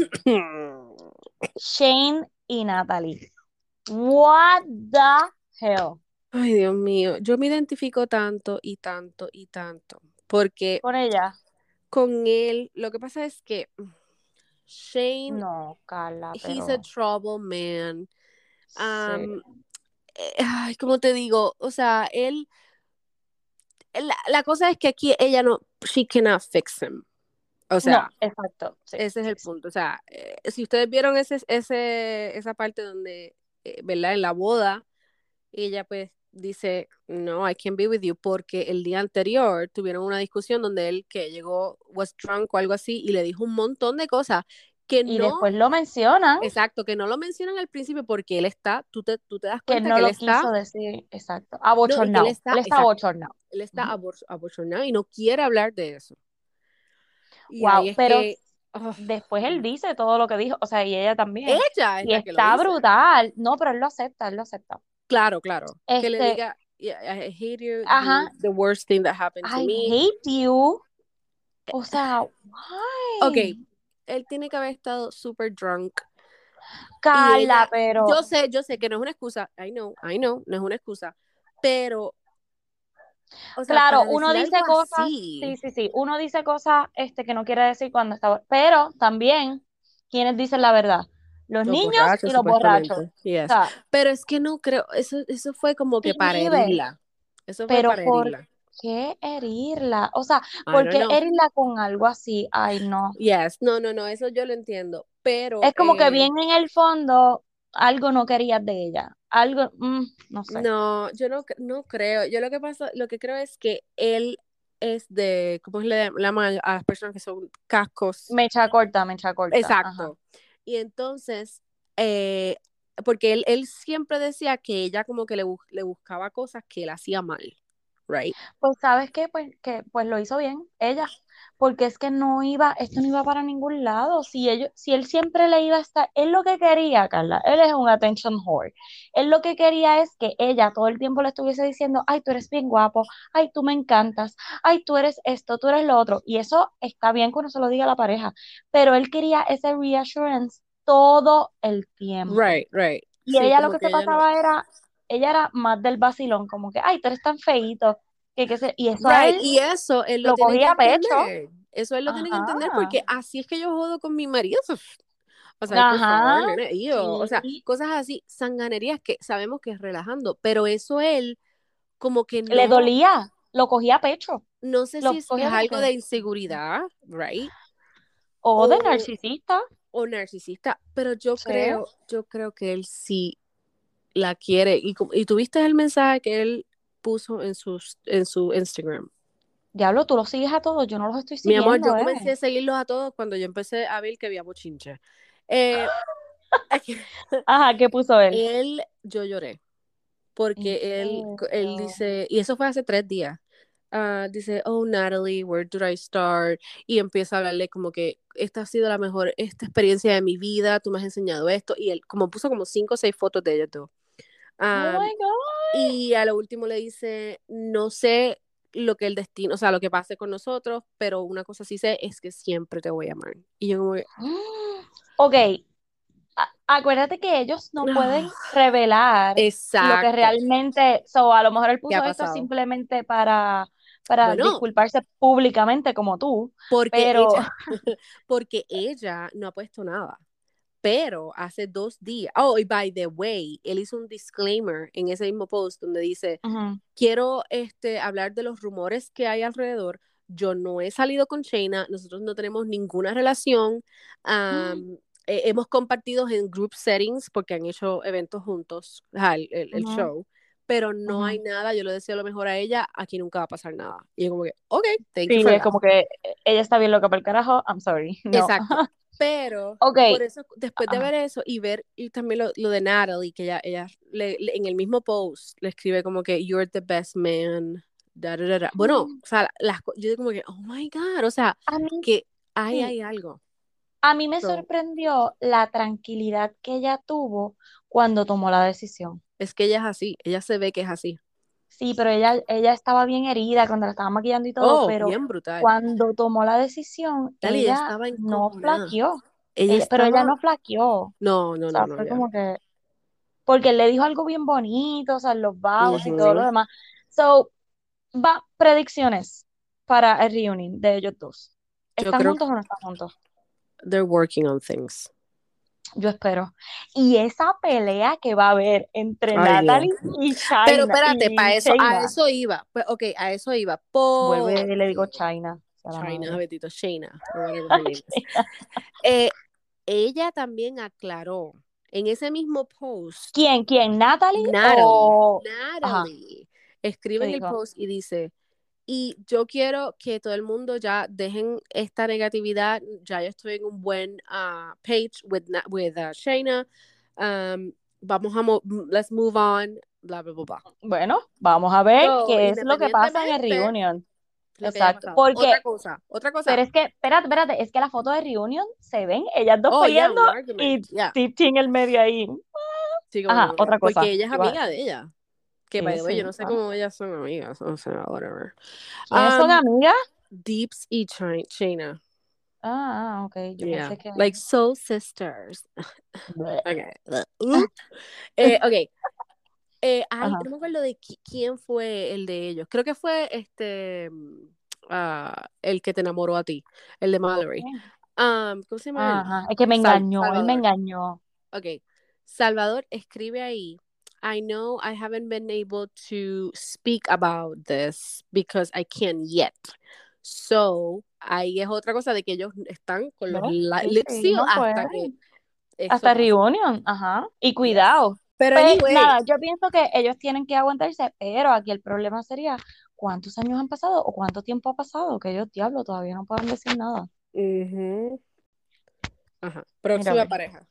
Shane y Natalie. What the hell?
Ay, Dios mío. Yo me identifico tanto y tanto y tanto. Porque
Con ella.
con él, lo que pasa es que Shane,
No, Carla,
he's a
pero
trouble man.
sí.
Um, eh, ay, ¿cómo te digo? O sea, él, la, la cosa es que aquí ella no, she cannot fix him. O
No,
sea,
exacto. Sí,
ese es
sí,
el
sí.
punto. O sea, eh, si ustedes vieron ese, ese, esa parte donde, eh, ¿verdad? En la boda, ella pues dice, no, I can't be with you, porque el día anterior tuvieron una discusión donde él que llegó, was drunk o algo así, y le dijo un montón de cosas que
Y
no,
después lo mencionan,
exacto, que no lo mencionan al principio porque él está, tú te, tú te das
que él
cuenta
no
que él
lo
está,
quiso decir, exacto.
no, y que él
Abochornado. Él
está,
está
exacto,
abochornado.
él está abor abochornado y no quiere hablar de eso. Y ahí
Wow,
es
pero
que, oh,
después él dice todo lo que dijo, o sea, y ella también.
ella es
Y
la que lo
está
dice.
brutal. No, pero él lo acepta, él lo acepta.
Claro, claro. Que le
Este,
diga, yeah, I hate you, you're
ajá,
the worst thing that happened to
I
me.
hate you. O sea,
Ok,
why?
él tiene que haber estado super drunk. Y
Carla,
ella,
pero,
yo sé, yo sé que no es una excusa. I know, I know, no es una excusa. Pero, o sea,
claro,
para
uno
decir
dice
algo
cosas, sí,
así,
sí, sí, uno dice cosas este, que no quiere decir cuando está, pero también, ¿quiénes dicen la verdad? Los
los
niños y
borrachos,
los borrachos.
supuestamente.
O
Yes.
sea,
Pero es que no creo, eso, eso fue como que para
inhibe,
herirla. Eso fue
pero
para
¿por
herirla.
qué herirla? O sea,
I
¿por
don't
qué
know.
herirla con algo así? Ay, no.
Yes, no, no, no, eso yo lo entiendo. Pero,
Es como que
eh,
bien en el fondo algo no querías de ella. Algo, mm, no sé.
no, yo no, no creo. Yo lo que pasa, lo que creo es que él es de, ¿cómo se le llaman a las personas que son cascos?
Mecha corta, mecha corta. Ajá.
Exacto. Y entonces, eh, porque él, él siempre decía que ella como que le, bu- le buscaba cosas que él hacía mal, right?
Pues sabes qué, pues que pues lo hizo bien ella, porque es que no iba, esto no iba para ningún lado. Si ellos, si él siempre le iba a estar, él lo que quería, Carla, él es un attention whore. Él lo que quería es que ella todo el tiempo le estuviese diciendo, ay, tú eres bien guapo, ay, tú me encantas, ay, tú eres esto, tú eres lo otro. Y eso está bien que uno se lo diga a la pareja, pero él quería ese reassurance todo el tiempo.
Right, right.
Y
Sí,
ella lo
como
que se
que ella no.
pasaba era, ella era más del vacilón, como que, ay, tú eres tan feíto, que, que se, y eso a
Right,
él
y eso él lo
lo
tiene que
cogía a pecho.
entender. Eso él lo tiene que entender
Ajá,
porque así es que yo jodo con mi marido. O sea, ay, por
ajá,
favor, nene, y yo, o sea,
sí.
cosas así, sanganerías que sabemos que es relajando, pero eso él como que
Le
no,
dolía, lo cogía a pecho,
no sé si
lo
es que es
cogía como
algo
que,
de inseguridad, right?
o de
O,
narcisista,
o narcisista, pero yo
sí.
creo, yo creo que él sí la quiere. Y, como- y tuviste el mensaje que él puso en, sus, en su Instagram.
Diablo, tú lo sigues a todos, yo no los estoy
Mi amor, yo
siguiendo,
comencé
eh.
a seguirlos a todos cuando yo empecé a ver que había bochinche. Eh,
Ajá, ¿qué puso él?
él, yo lloré.
En
Porque él, él
serio.
dice, y eso fue hace tres días, ah, dice, oh Natalie, where do I start? Y empieza a hablarle como que esta ha sido la mejor, esta experiencia de mi vida, tú me has enseñado esto, y él como puso como cinco o seis fotos de ellos dos.
Oh
Ah,
my God.
y a lo último le dice, no sé, lo que el destino, o sea, lo que pase con nosotros, pero una cosa sí sé es que siempre te voy a amar. Y yo como que,
Ok, a- acuérdate que ellos no pueden
ah,
revelar lo que
exacto,
realmente, so, a lo mejor él
¿qué ha
puso esto
pasado?
simplemente para, para
Bueno,
disculparse públicamente como tú,
porque
pero,
ella, porque ella no ha puesto nada. Pero hace dos días, oh, y by the way, él hizo un disclaimer en ese mismo post donde dice,
ujú,
quiero este, hablar de los rumores que hay alrededor. Yo no he salido con Shayna, nosotros no tenemos ninguna relación. Um, eh, hemos compartido en group settings porque han hecho eventos juntos, ajá, el, el, el
ujú,
show, pero no hay
ujú.
nada. Yo le deseo lo mejor a ella, aquí nunca va a pasar nada. Y yo, como que, ok, thank you
Sí,
for
es
that.
como que ella está bien loca para el carajo, I'm sorry, no.
Exacto. Pero
Ok,
por eso, después de
ajá.
ver eso y ver y también lo, lo de Natalie, que ella, ella le, le- en el mismo post le escribe como que you're the best man. Da, da, da, da. Bueno, o sea, las, co- yo digo como que, oh my God, o sea,
A mí,
que hay,
sí,
hay algo.
a mí me
So,
sorprendió la tranquilidad que ella tuvo cuando tomó la decisión.
es que ella es así, ella se ve que es así.
Sí, pero ella, ella estaba bien herida cuando la estaban maquillando y todo,
Oh,
pero
bien brutal.
cuando tomó la decisión,
Dale, ella
ella
estaba
no
encojonada.
flaqueó.
Ella
Ella, pero ella
estaba,
no flaqueó. O
no, no, no,
sea,
no,
fue
ya.
como que, porque él le dijo algo bien bonito, o sea, los vows y todo lo
Ujú.
demás. So, va, predicciones para el reunion de ellos dos.
Yo
¿Están
creo
juntos
que
o no están juntos?
they're working on things.
Yo espero. Y esa pelea que va a haber entre
Ay, Dios.
Natalie y
Pero
China,
espérate, para
y
eso, a
Shayna,
eso iba. Pues, ok, a eso iba.
vuelve y le digo
Porque
China, a la
China,
madre.
Betito, Shayna, or whatever her name is. Eh, ella también aclaró en ese mismo post,
¿Quién? ¿Quién? ¿Natalie
Natalie,
o...? Ajá,
Natalie, escribe
¿qué
en el
dijo?
post y dice, y yo quiero que todo el mundo ya dejen esta negatividad, ya yo estoy en un buen uh, page with, with uh, Shayna, um, vamos a, mo let's move on, bla, bla, bla, bla.
Bueno, vamos a ver
So,
qué es lo que pasa en el
independientemente
reunion.
lo que haya
Exacto.
pasado. Otra
Porque,
cosa, otra
pero
cosa.
es que, espérate, espérate, es que la foto de reunion se ven ellas dos
Oh, yeah,
peleando
un argument.
y
Yeah.
Tipsy en el medio ahí.
Sí, como,
Ajá,
como que-
otra
porque
cosa.
ella es
¿Qué iba-
amiga de ella. Que, by
Sí,
the way, yo
sí,
no sé
bueno.
cómo ellas son amigas. O sea, whatever.
¿Quiénes son
Um,
amigas?
Deeps y Chi- China.
Ah, ah, ok, yo
Yeah.
pensé que...
Like soul sisters.
Bleh.
Okay. Uh. Eh, ok. Eh, ay,
Ajá.
no me acuerdo de qui- quién fue el de ellos. Creo que fue este. mm, ah, el que te enamoró a ti. El de Mallory. Um, ¿cómo se llama él?
Ajá, es que me
Sal-
engañó, él me
Salvador.
engañó.
Ok. Salvador escribe ahí. I know I haven't been able to speak about this because I can't yet. So, ahí es otra cosa de que ellos están con los
¿Ves?
li-
Sí,
lips
sí,
sealed
no
hasta que
pueden.
eso
Hasta
pase.
reunion, ajá. Y
Yes.
cuidado.
Pero
Pues
anyway,
nada, yo pienso que ellos tienen que aguantarse, pero aquí el problema sería cuántos años han pasado o cuánto tiempo ha pasado, que ellos, diablo, todavía no pueden decir nada.
ujú, ajá.
Mira, a
Próxima
ver.
pareja.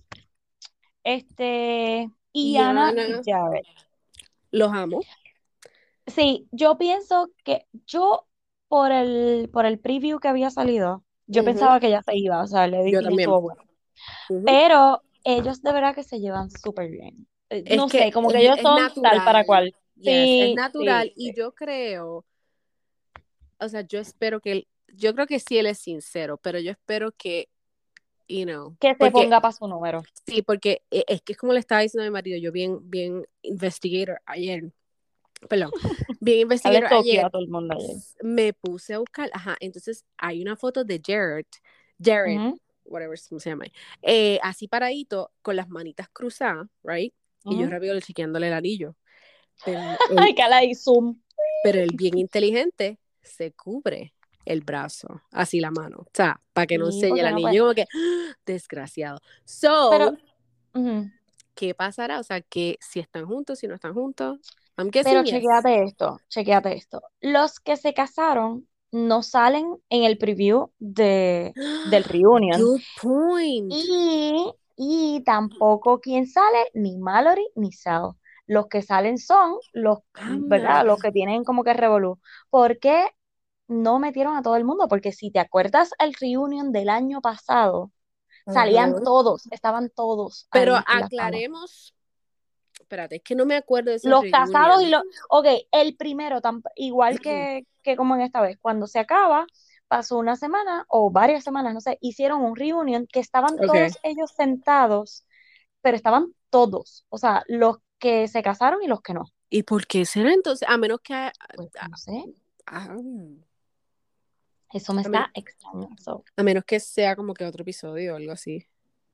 Este, y
Y
Ana y
Ana,
Jared.
los amo.
Sí, yo pienso que yo, por el, por el preview que había salido, yo
Ujú,
pensaba que ya se iba, o sea, el
yo
editing
también.
estuvo bueno.
Ujú.
Pero ellos de verdad que se llevan súper bien. Eh,
Es
No
que
sé, como que
es,
ellos
es
son tal para
natural.
cual.
Yes, es
Sí, sí,
natural.
sí.
Y yo creo, o sea, yo espero que él, yo creo que sí él es sincero, pero yo espero que, you know,
Que se
porque
ponga para su número.
sí, porque e- es que es como le estaba diciendo a mi marido, yo bien, bien investigator ayer, perdón, bien
Ya le
investigator
toqueó a
ayer,
todo el mundo ayer.
me puse a buscar, ajá, entonces hay una foto de Jared, Jared,
Ujú,
whatever cómo se llama, eh, así paradito, con las manitas cruzadas, right? Y yo
ujú.
rápido le chequeándole el anillo, pero él,
Ay, cala y zoom.
pero él bien inteligente se cubre el brazo, así la mano, o sea, para que no
Sí,
enseñe el
porque no
anillo,
puede.
yo como que, ¡ah! Desgraciado.
Pero,
So,
ujú.
¿qué pasará? O sea, que si están juntos, si no están juntos. I'm
Pero
guessing yes.
chequéate esto, chequéate esto. Los que se casaron no salen en el preview de, del reunion.
Good point.
Y, y tampoco quien sale, ni Mallory ni Sal. Los que salen son los, ¿verdad? Los
Anda.
que tienen como que revolú. ¿Por qué no metieron a todo el mundo? Porque si te acuerdas el reunion del año pasado, salían
Ajá.
todos, estaban todos
Pero
ahí en la sala.
aclaremos, espérate, es que no me acuerdo de ese
Los casados y
reunion.
los... Ok, el primero, tam- igual que, que como en esta vez, cuando se acaba, pasó una semana o varias semanas, no sé, hicieron un reunion que estaban
Okay.
todos ellos sentados, pero estaban todos, o sea, los que se casaron y los que no.
¿Y por qué será entonces? A menos que... A,
Pues no sé,
a-
eso me
a menos,
está extraño. So,
a menos que sea como que otro episodio o algo así.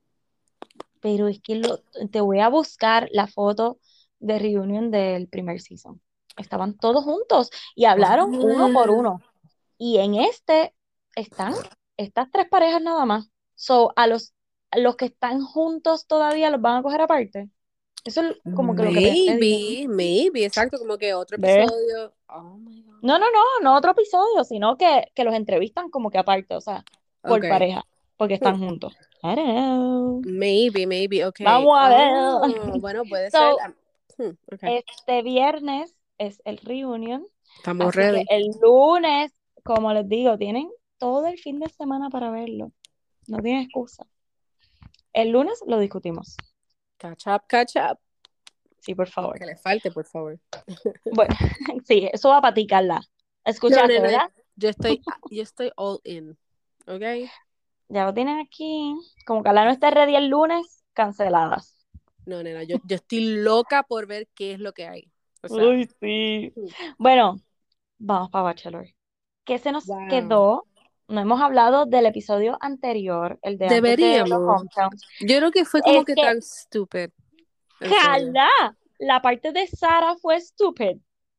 pero es que lo- te voy a buscar la foto de reunion del primer season. Estaban todos juntos y hablaron uno por
Ah,
uno. Y en este están estas tres parejas nada más. So, a los, a los que están juntos todavía los van a coger aparte. Eso es como que lo que pensé. Dije,
maybe, maybe, exacto, como que otro
¿ves?
episodio. Oh my God.
No, no, no, no otro episodio, sino que, que los entrevistan como que aparte, o sea, por
Okay.
pareja, porque
Hmm.
están juntos. I don't know.
Maybe, maybe, okay.
Vamos a ver.
Oh, bueno, puede ser.
So,
Ah, hmm, okay.
este viernes es el reunion,
Estamos
así que
ready.
el lunes, como les digo, tienen todo el fin de semana para verlo. No tienen excusa. El lunes lo discutimos.
Catch up, catch up.
Sí, por
Lo
favor.
que le falte, por favor.
Bueno, sí, eso va para ti, Carla.
No,
Escuchaste,
nena,
¿verdad?
yo estoy, yo estoy all in. Okay.
Ya lo tienen aquí. Como Carla no esté ready el lunes, canceladas.
No, nena, yo, yo estoy loca por ver qué es lo que hay. O sea,
Uy, sí.
hmm,
Bueno, vamos para Bachelor. ¿Qué se nos
wow.
quedó? No hemos hablado del episodio anterior, el de antes de los
Deberíamos.
hometowns.
Yo creo que fue como
Es
que
que,
tan stupid. En serio.
Carla, la parte de Sara fue stupid.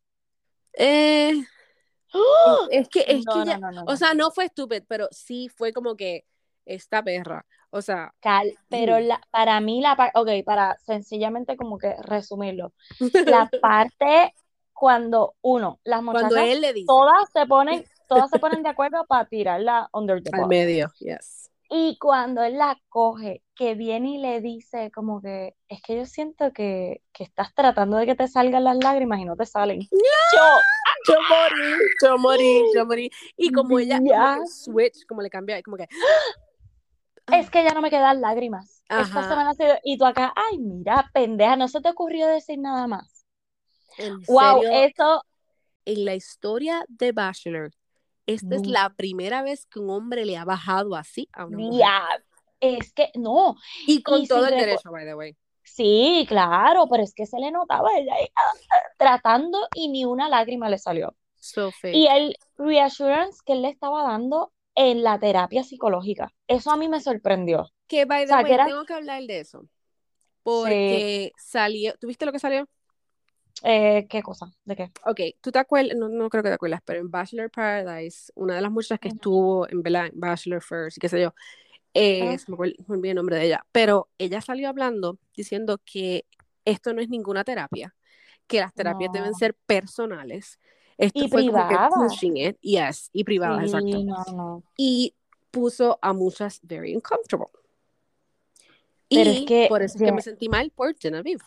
Eh,
¡Oh!
es que, es que
No, no,
ya,
no, no,
o
no.
sea, no fue stupid, pero sí fue como que esta perra. O sea,
Cal, pero la, para mí la parte, ok, para sencillamente como que resumirlo, la parte cuando uno, las
cuando
muchachas,
él le dice
todas se ponen, todas se ponen de acuerdo para tirarla under the
al
bus.
medio, yes.
Y cuando él la coge, que viene y le dice como que, es que yo siento que, que estás tratando de que te salgan las lágrimas y no te salen. Yo,
Yo morí, yo morí, yo morí. Y como ella, como que
ya,
el switch, como le cambia, como que,
es
ah,
que ya no me quedan lágrimas. Esta
ajá,
semana ha sido, y tú acá, ay, mira, pendeja, no se te ocurrió decir nada más.
en
Wow,
serio,
eso,
en la historia de Bachelor, esta es
no,
la primera vez que un hombre le ha bajado así a una mujer.
ya, es que, no,
Y con
y
todo
si
el
recu-
derecho, by the way.
sí, claro, pero es que se le notaba ella ahí, ah, ah, tratando y ni una lágrima le salió.
So
Y
fake.
el reassurance que él le estaba dando en la terapia psicológica, eso a mí me sorprendió. O
Que, by the
sea, que
way,
era,
tengo que hablar de eso.
sí,
Porque salió, ¿tuviste lo que salió?
eh, ¿qué cosa? ¿De qué?
Ok, tú te acuerdas, no, no creo que te acuerdas, pero en Bachelor Paradise, una de las muchachas que
Ujú.
estuvo en, ¿verdad? En Bachelor First, y qué sé yo, eh,
Ajá.
se me acuerda, me olvidé el nombre de ella, pero ella salió hablando diciendo que esto no es ninguna terapia, que las terapias deben
No.
ser personales. Esto
Y
fue como que
privadas.
pushing it, yes, y privadas, exacto.
Sí, no, no.
Y puso a muchas very uncomfortable.
Pero es
Y
que,
por eso es que me
ye-
sentí mal por Genevieve.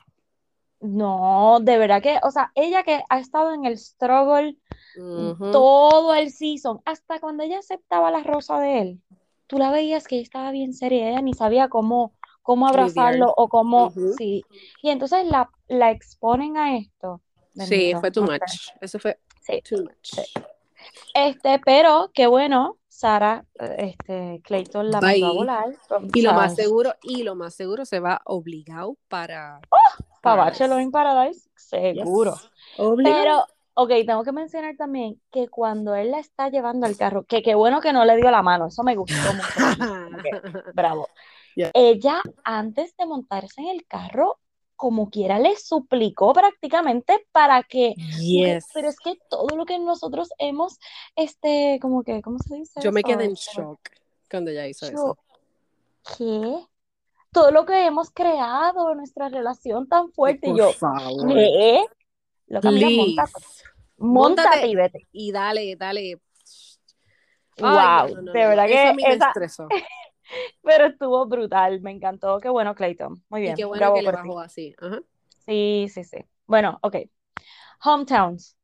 no, de verdad que, o sea, ella que ha estado en el struggle
Ujú.
todo el season, hasta cuando ella aceptaba la rosa de él, tú la veías que ella estaba bien seria, ella ni sabía cómo, cómo
Lidiar.
abrazarlo o cómo,
Ujú.
sí. Y entonces la, la exponen a esto.
Sí,
Bendito,
fue too
no sé.
much. Eso fue
Sí,
too
sí.
much.
Este, pero qué bueno, Sara, eh, este, Clayton la mandó a
Bye.
volar. O
Y lo
sea,
más seguro, y lo más seguro se va obligado para
para Bachelor
Paradise.
in Paradise, seguro.
Yes. Obligado.
Pero, ok, tengo que mencionar también que cuando él la está llevando al carro, que qué bueno que no le dio la mano, eso me gustó mucho también, como que, bravo.
Yeah.
Ella, antes de montarse en el carro, como quiera, le suplicó prácticamente para que, como que,
Yes.
pero es que todo lo que nosotros hemos, este, como que, ¿cómo se dice
Yo me
eso?
quedé en
Este,
shock cuando ella hizo eso.
yo, ¿qué? Todo lo que hemos creado, nuestra relación tan
Ay,
fuerte, y
por
yo,
favor.
¿qué? Loca, mira, montate,
Please.
montate
Móntate
y vete.
y dale, dale. Ay, no,
Wow,
no, no,
de
no, no.
verdad
Eso a
que
mí me
esa,
estresó.
pero estuvo brutal, me encantó. Qué bueno, Clayton. Muy
Y
bien,
qué bueno que
bravo
le
por ti.
bajó así. Ajá.
Sí, sí, sí. Bueno, ok. Hometowns.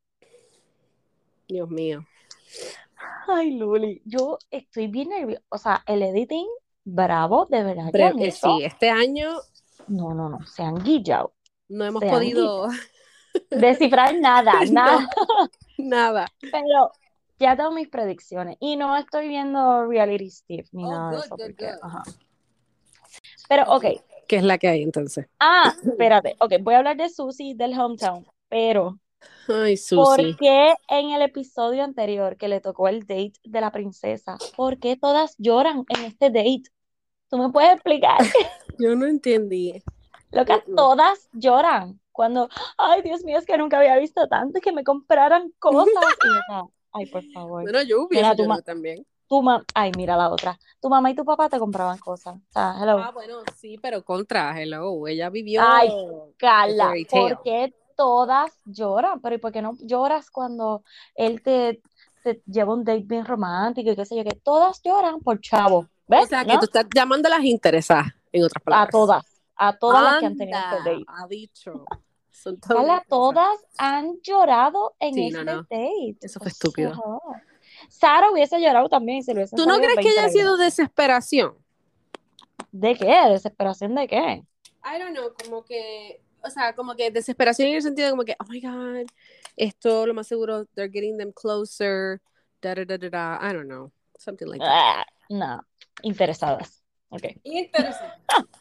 Dios mío.
Ay, Luli, yo estoy bien nerviosa. O sea, el editing, bravo, de verdad que
Bre-
han
eh,
hecho.
sí, este año
No, no, no, se han guillado.
no hemos
se han
podido
descifrar nada,
no,
nada.
nada.
Pero ya tengo mis predicciones. Y no estoy viendo Reality Steve ni
Oh,
nada de
good,
eso,
good,
porque,
good.
ajá. Pero, ok.
Okay. ¿Qué es la que hay entonces?
Ah, espérate. Ok, voy a hablar de Susie del hometown. Pero,
Ay,
¿por
Susi.
qué en el episodio anterior que le tocó el date de la princesa, por qué todas lloran en este date? ¿Tú me puedes explicar?
Yo no entendí.
Loca,
Mm-mm.
todas lloran cuando, ay, Dios mío, es que nunca había visto tanto que me compraran cosas. Y yo, "Ah, ay, por favor.
Bueno, yo hubiese
Mira, tu,
llorado
ma
también.
tu ma ay, mira la otra. Tu mamá y tu papá te compraban cosas. O sea,
Ah,
hello.
bueno, sí, pero contra, hello. Ella
Ay,
vivió the
Carla,
fairy tale.
¿por qué todas lloran? Pero ¿y por qué no lloras cuando él te, te lleva un date bien romántico y qué sé yo? Que todas lloran por chavo. ¿Ves?
O sea, que tú
¿No?
estás llamando a las interesadas, en otras
A
palabras.
todas, a todas las que han tenido este
Anda,
date.
ha dicho. Son todas
Carla,
interesadas.
todas han llorado en
Sí, no,
este
no.
date.
Eso
O
fue estúpido.
sea, Sara hubiese llorado también si le hubiesen
¿Tú no
salido
crees que
veinte
haya
lágrimas.
sido desesperación?
¿De qué? ¿Desesperación de qué?
I don't know, como que, o sea, como que desesperación en el sentido de como que, oh my God, esto lo más seguro, they're getting them closer, da da da da da, I don't know, something like that.
Ah, no, interesadas. Ok.
Interesante.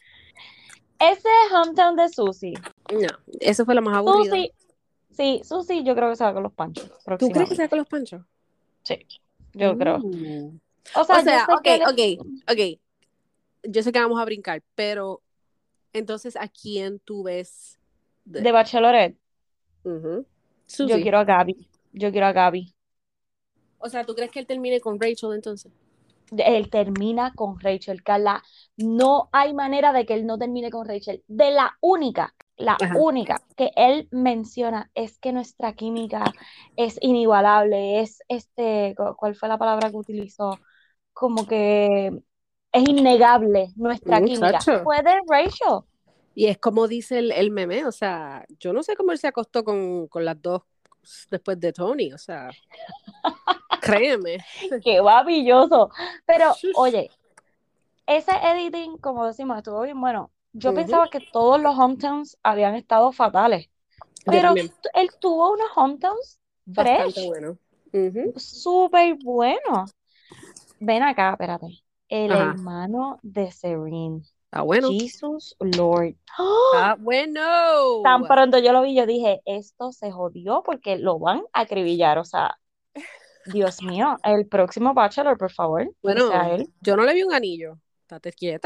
Ese hometown de Susie.
No, eso fue lo más aburrido.
Susie, sí, Susie yo creo que se va con los panchos
¿Tú crees que
próximamente.
sea con los panchos?
Sí, yo creo.
Uh.
O
O
sea, yo
sea,
sé
ok,
que él es
ok, ok, yo sé que vamos a brincar, pero entonces, ¿a quién tú ves de
de Bachelorette.
Ujú.
Yo
Susie?
quiero a Gaby. Yo quiero a Gaby.
O sea, ¿tú crees que él termine con Rachel entonces?
Él termina con Rachel, Carla. No hay manera de que él no termine con Rachel. De la única, la
Ajá.
única que él menciona es que nuestra química es inigualable, es este, cu- ¿cuál fue la palabra que utilizó? Como que es innegable nuestra química.
Muchacho.
Fue de Rachel.
Y es como dice el, el meme, o sea, yo no sé cómo él se acostó con, con las dos después de Tony, o sea, créeme.
Qué maravilloso. Pero,
Shush.
oye, ese editing, como decimos, estuvo bien bueno. Yo
Ujú.
pensaba que todos los hometowns habían estado fatales.
Yo
Pero
también,
t- él tuvo unos hometowns
bastante
fresh,
bueno. Ujú.
súper buenos. Ven acá, espérate. El
Ajá,
hermano de Serene,
está bueno.
Jesus Lord. ¡Ah!
Está bueno.
Tan pronto yo lo vi, yo dije, esto se jodió porque lo van a acribillar. O sea, Dios mío, el próximo Bachelor, por favor, que
Bueno,
sea él.
yo no le vi un anillo. Estate quieta.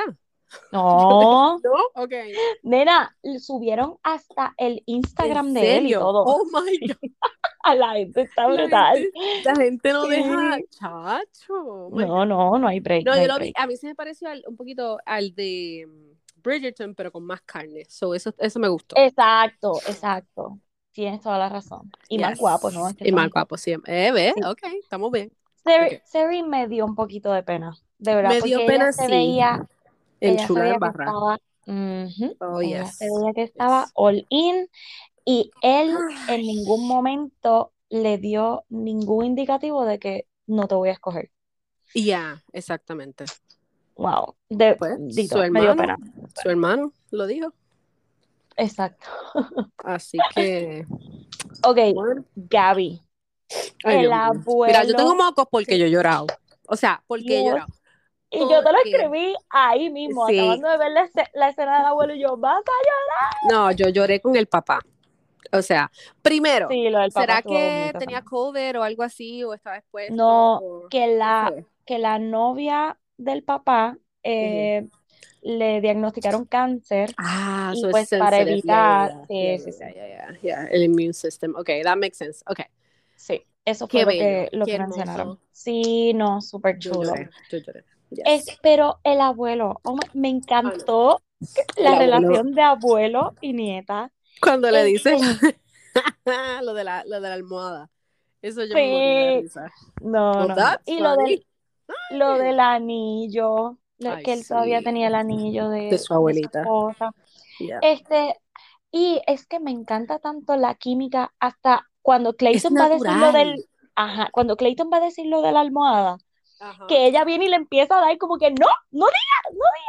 No,
¿No? Ok.
nena, subieron hasta el
¿En
Instagram de él y
serio?
todo.
Oh my God.
A la gente está
La
brutal.
gente, la gente no deja,
Sí.
chacho. Oh my
No,
God.
no, no hay break,
No,
no
yo
hay
lo vi,
break.
a mí se me pareció al- un poquito al de mm, Bridgerton, pero con más carne. So, eso, eso me gustó.
Exacto, exacto. Tienes toda la razón. Y más guapo, ¿no?
Yes.
Este
Y más
chamaquito.
guapo siempre. Eh, ve,
Sí.
ok, estamos bien.
Seri,
Okay.
Seri me dio un poquito de pena, de verdad,
Me dio
porque ella
pena,
se
sí,
veía,
en
ella se
chula en
veía que
barra.
estaba, ujú,
Oh,
ella se
yes.
veía que estaba
Yes.
all in y él en
Ay,
ningún momento le dio ningún indicativo de que no te voy a escoger.
ya, exactamente.
Wow, de,
Pues, su
dito, me dio
hermano,
pena.
su hermano lo dijo.
Exacto.
Así que,
Ok,
bueno.
Gaby,
Ay,
el
Dios mío. Mira, yo tengo
abuelo.
mocos porque
Sí,
yo he llorado. O sea, porque he
Dios.
llorado.
Y yo te lo
Porque,
escribí ahí mismo,
sí,
acabando de ver la, esce- la escena del abuelo y yo, vas a llorar.
no, yo lloré con el papá. O sea, primero,
Sí, lo del papá
¿será
estuvo muy
que tenía
también.
COVID o algo así? ¿O estaba expuesto?
No,
¿O
que
qué
la,
fue?
que la novia del papá
Ujú.
eh, le diagnosticaron cáncer
Ah,
y
so it's
pues para
sensitive. Yeah, yeah,
evitar,
yeah. Yeah,
sí, sí,
yeah,
sí,
yeah, yeah, yeah. Yeah, el immune system. Okay, that makes sense. Okay.
sí, eso fue
Qué
lo
bello,
que, lo
qué
que mencionaron.
hermoso.
Sí, no, súper
Yo
chulo.
lloré, yo lloré.
Es,
Yes.
pero el abuelo, oh my- me
Ah, no.
encantó
El
la
abuelo.
relación de abuelo y nieta.
Cuando le
El
dice
señor,
lo de la, lo de la almohada. Eso yo me moría de
sí,
risa.
no,
Well,
no, no.
that's
Y lo del,
funny.
lo del anillo, lo-
Ay,
que él todavía
sí.
tenía el anillo
De
de,
su
de su
abuelita.
esposa.
Yeah.
Este, y es que me encanta tanto la química, hasta cuando
Es
Clayton va a decir lo
natural.
del, ajá, cuando Clayton va a decir lo de la almohada,
Ajá.
que ella viene y le empieza a dar como que no, no digas, no digas.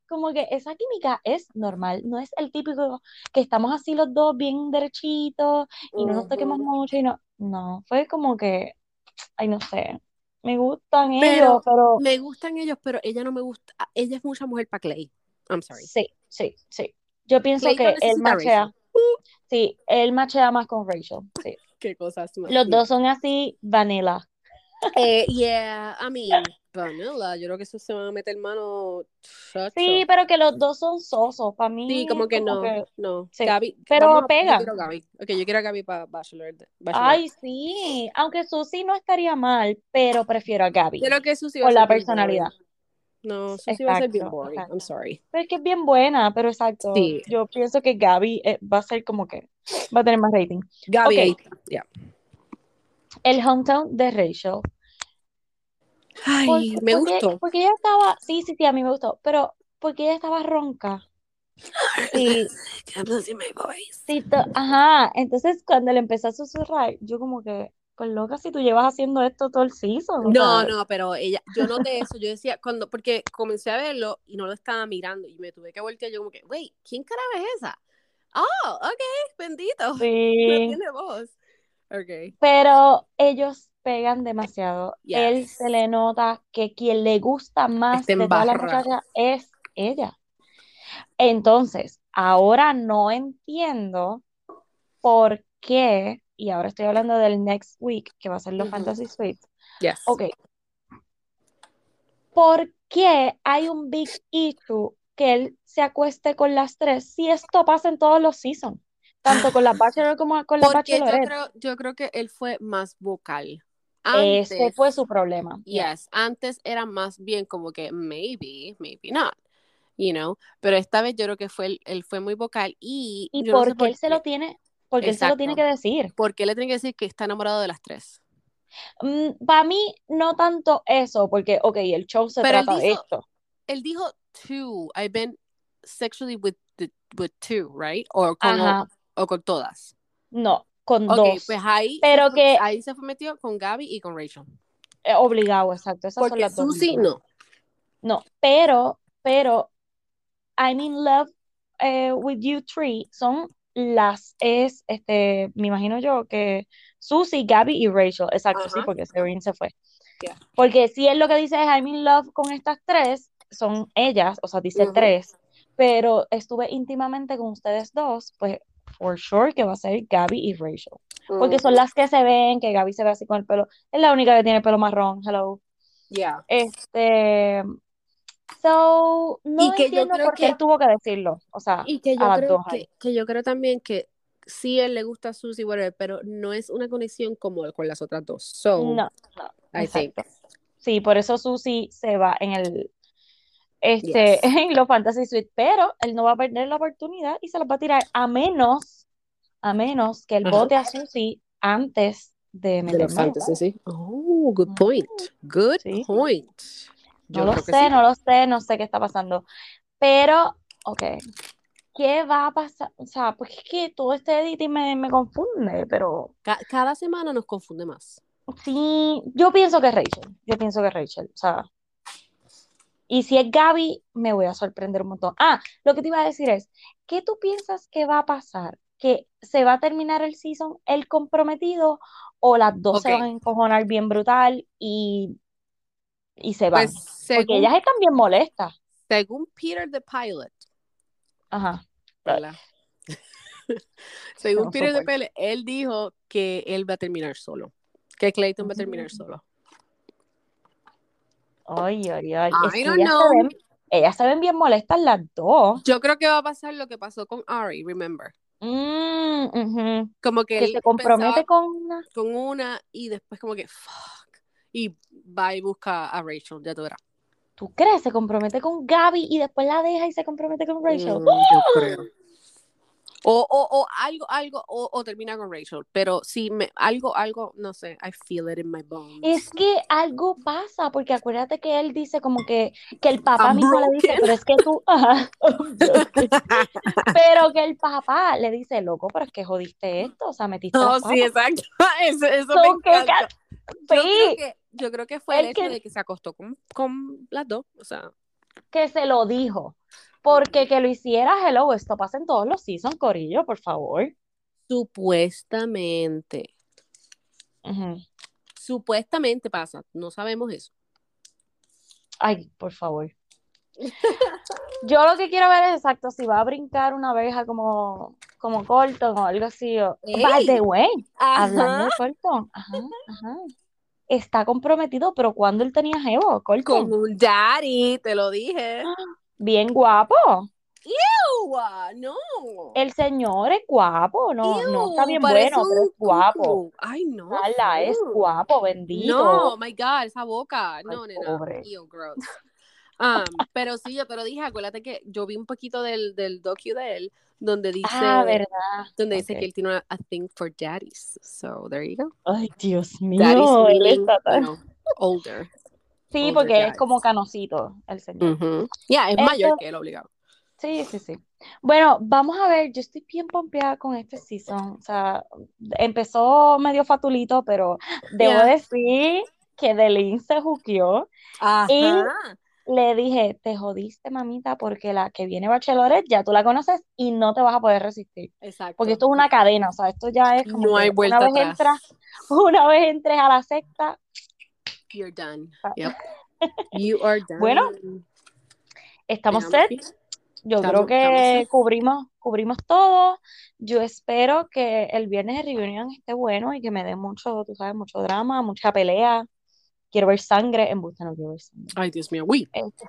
como que esa química es normal, no es el típico que estamos así los dos bien derechitos y no nos toquemos
Ujú.
mucho y no, no, fue como que, ay, no sé, me gustan ellos,
Pero
pero
me gustan ellos, pero ella no me gusta. Ella es mucha mujer para Clay. I'm sorry.
sí, sí, sí. Yo pienso
Clay no
que él
necesita a Rachel.
machea, sí, él machea más con Rachel, sí.
Qué cosas más
Los dos
stupid.
son así, vanilla.
Eh, yeah, I mean, vanilla. Yo creo que eso se van a meter mano
Sí,
chacho.
pero que los dos son sosos, para
Sí,
mí
como que
como
no,
que,
no.
sí,
Gaby, vamos
pero
a, yo
pegan.
quiero a Gaby. Ok, yo quiero a Gaby para Bachelor, Bachelor.
Ay, sí, aunque Susi no estaría mal, pero prefiero a Gaby
Creo que Susie va a
por
ser
la
bien
personalidad.
boring. No, Susie va a ser bien
Exacto,
boring. I'm
exacto.
sorry.
Pero es que es bien buena, pero exacto.
Sí,
Yo pienso que Gaby eh, va a ser como que va a tener más rating. Ok,
Gaby ahí está. Ya.
el hometown de Rachel. ¿Por
Ay,
qué?
me
Porque,
gustó.
porque ella estaba, sí, sí, sí, a mí me gustó, pero porque ella estaba ronca. Sí,
I'm losing my voice.
sí, to- ajá. Entonces cuando le empezó a susurrar, yo como que, pues loca, si tú llevas haciendo esto todo el season, o
No,
sea,
no, pero ella, yo noté eso, yo decía, cuando, porque comencé a verlo y no lo estaba mirando y me tuve que voltear, yo como que, wait, ¿quién carajo es esa? Oh, ok, bendito, no
sí.
tiene voz. Ok,
Pero ellos pegan demasiado. Él se
yes,
le nota que quien le gusta más
está
de todas las
embarrado.
muchachas es ella. Entonces, ahora no entiendo por qué, y ahora estoy hablando del next week, que va a ser los
Ujú.
Fantasy Suites.
Yes.
Ok, ¿por qué hay un big issue que él se acueste con las tres si esto pasa en todos los seasons? Tanto con las Bachelor como con las
Porque yo
Bachelorette.
creo, yo creo que él fue más vocal.
Ese fue
Antes,
su problema. Yeah.
yes, antes era más bien como que maybe, maybe not, you know, pero esta vez yo creo que fue él, él fue muy vocal y
¿Y
yo no sé
por qué
por
él se lo
qué.
tiene, porque él se lo tiene
Exacto.
que decir?
Porque le tiene que decir que está enamorado de las tres.
Para mí, no tanto eso, porque, ok, el show se
Pero él
trata de
dijo,
esto.
él dijo two. I've been sexually with the, with two, right? O con o,
Ajá,
o con todas.
no, con
Ok, pues
dos.
ahí se
Pero
fue,
que
ahí se fue metido con Gaby y con Rachel.
eh, obligado, exacto, esas son
Porque
las dos
Susie
reasons.
no.
No, pero, pero, I'm in love eh, with you three son las, es, este, me imagino yo que Susie, Gabby y Rachel, exacto, sí,
Ajá.
porque Serene se fue.
Yeah.
Porque si él lo que dice es I'm in love con estas tres, son ellas, o sea, dice
Ujú.
tres, pero estuve íntimamente con ustedes dos, pues for sure que va a ser Gabby y Rachel. Porque son
Ujú.
las que se ven, que Gabby se ve así con el pelo, es la única que tiene el pelo marrón, hello.
Yeah.
Este, so,
Y
no
que yo
entiendo
creo
por qué
que,
él tuvo que decirlo, o sea,
y que
a
yo
las
creo
dos ahí.
que, que yo creo también que sí él le gusta a Susie, whatever, pero no es una conexión como con las otras dos. So,
No, no,
I think,
exacto. Sí, por eso Susie se va en el, este,
yes.
en los Fantasy Suite, pero él no va a perder la oportunidad y se los va a tirar a menos, a menos que él
Ajá.
vote a Susie antes de
De los
meter mano.
fantasy, sí. Oh, good
Mm,
point. Good
sí,
point.
no
Yo
lo
creo que
sé,
sí.
no lo sé, no sé qué está pasando, pero, ok, ¿qué va a pasar? O sea, porque es que todo este editing me, me confunde, pero
Ca- cada semana nos confunde más.
sí, yo pienso que es Rachel, yo pienso que es Rachel, o sea, y si es Gaby, me voy a sorprender un montón. Ah, lo que te iba a decir es, ¿qué tú piensas que va a pasar? ¿Que se va a terminar el season el comprometido o las dos
Ok,
se van a encojonar bien brutal y, y se
pues
van? Porque
según,
ellas están bien molestas.
según Peter the Pilot,
Ajá.
¿verdad? Según
No
Peter the
soporto.
Pilot, él dijo que él va a terminar solo. Que Clayton va a terminar
Mm.
solo.
Ay, ay, ay. Es
I
que
don't
ellas se
know.
ven, ellas se ven bien molestas las dos.
Yo creo que va a pasar lo que pasó con Ari, remember.
Mm, ujú.
Como que
Que se
él
compromete
pensaba
con una.
con una y después como que fuck. Y va y busca a Rachel, ya tú verás.
¿Tú crees? Se compromete con Gaby y después la deja y se compromete con Rachel.
Mm, yo creo. O, o, o algo, algo, o, o termina con Rachel. Pero si me, algo, algo, no sé, I feel it in my
Es
bones.
que algo pasa, porque acuérdate que él dice como que, que el papá
I'm
mismo le dice,
broken.
pero es que tú, ajá, broken. Pero que el papá le dice, loco, pero es que jodiste esto, o sea, metiste las
No, sí,
patas.
exacto. Eso, eso me
So, que,
encanta. Yo creo
sí,
que, yo creo que fue el
el
hecho
que,
de que se acostó con, con las dos. O sea.
que se lo dijo. Porque que lo hiciera, hello, esto pasa en todos los seasons, Corillo, por favor.
Supuestamente.
Ujú.
Supuestamente pasa. No sabemos eso.
Ay, por favor. Yo lo que quiero ver es exacto si va a brincar una abeja como, como Colton o algo así. o- By the
¡Ey!
way, hablando
Ajá.
de Colton, ajá, ajá. Está comprometido, pero cuando él tenía jevo,
Con
Colton.
un daddy, te lo dije.
¡Ah! Bien guapo.
¡Ew! No.
El señor es guapo, no, no está
¡Ew!
bien
Parece
bueno, pero es
un
guapo.
cucu. Ay, no.
Ala, es
Fu.
guapo,
No,
bendito.
my God, esa boca.
Ay,
No, nena.
pobre.
Ew, gross. Um, pero sí, yo te lo dije, acuérdate que yo vi un poquito del, del docu de él, donde
Ah,
dice,
¿verdad?
donde
Ok.
dice que él tiene una, a thing for daddies. So, there you go.
Ay, Dios
Daddies
mío, él
meaning,
está
you
tan...
know, older,
Sí,
older
porque es como
guys.
canosito el señor.
Ujú. Ya, es mayor
Entonces,
que él, obligado.
sí, sí, sí. Bueno, vamos a ver, yo estoy bien pompeada con este season. O sea, empezó medio fatulito, pero debo
Ya.
decir que Delin se juqueó y
Ajá.
le dije, te jodiste, mamita, porque la que viene Bachelorette ya tú la conoces y no te vas a poder resistir. Porque
Exacto.
esto es una cadena, o sea, esto ya es como
No hay
que una
vuelta
vez entras,
atrás.
una vez entres a la secta.
You're done.
O sea,
Yep. You are
bueno,
done.
estamos
Estamos
set.
bien.
Yo creo
Estamos, estamos.
que cubrimos, cubrimos todo. Yo espero que el viernes de reunión esté bueno y que me dé mucho, tú sabes, mucho drama, mucha pelea. Quiero ver sangre. En busca no quiero ver sangre.
Ay, Dios mío. Uy.
Este,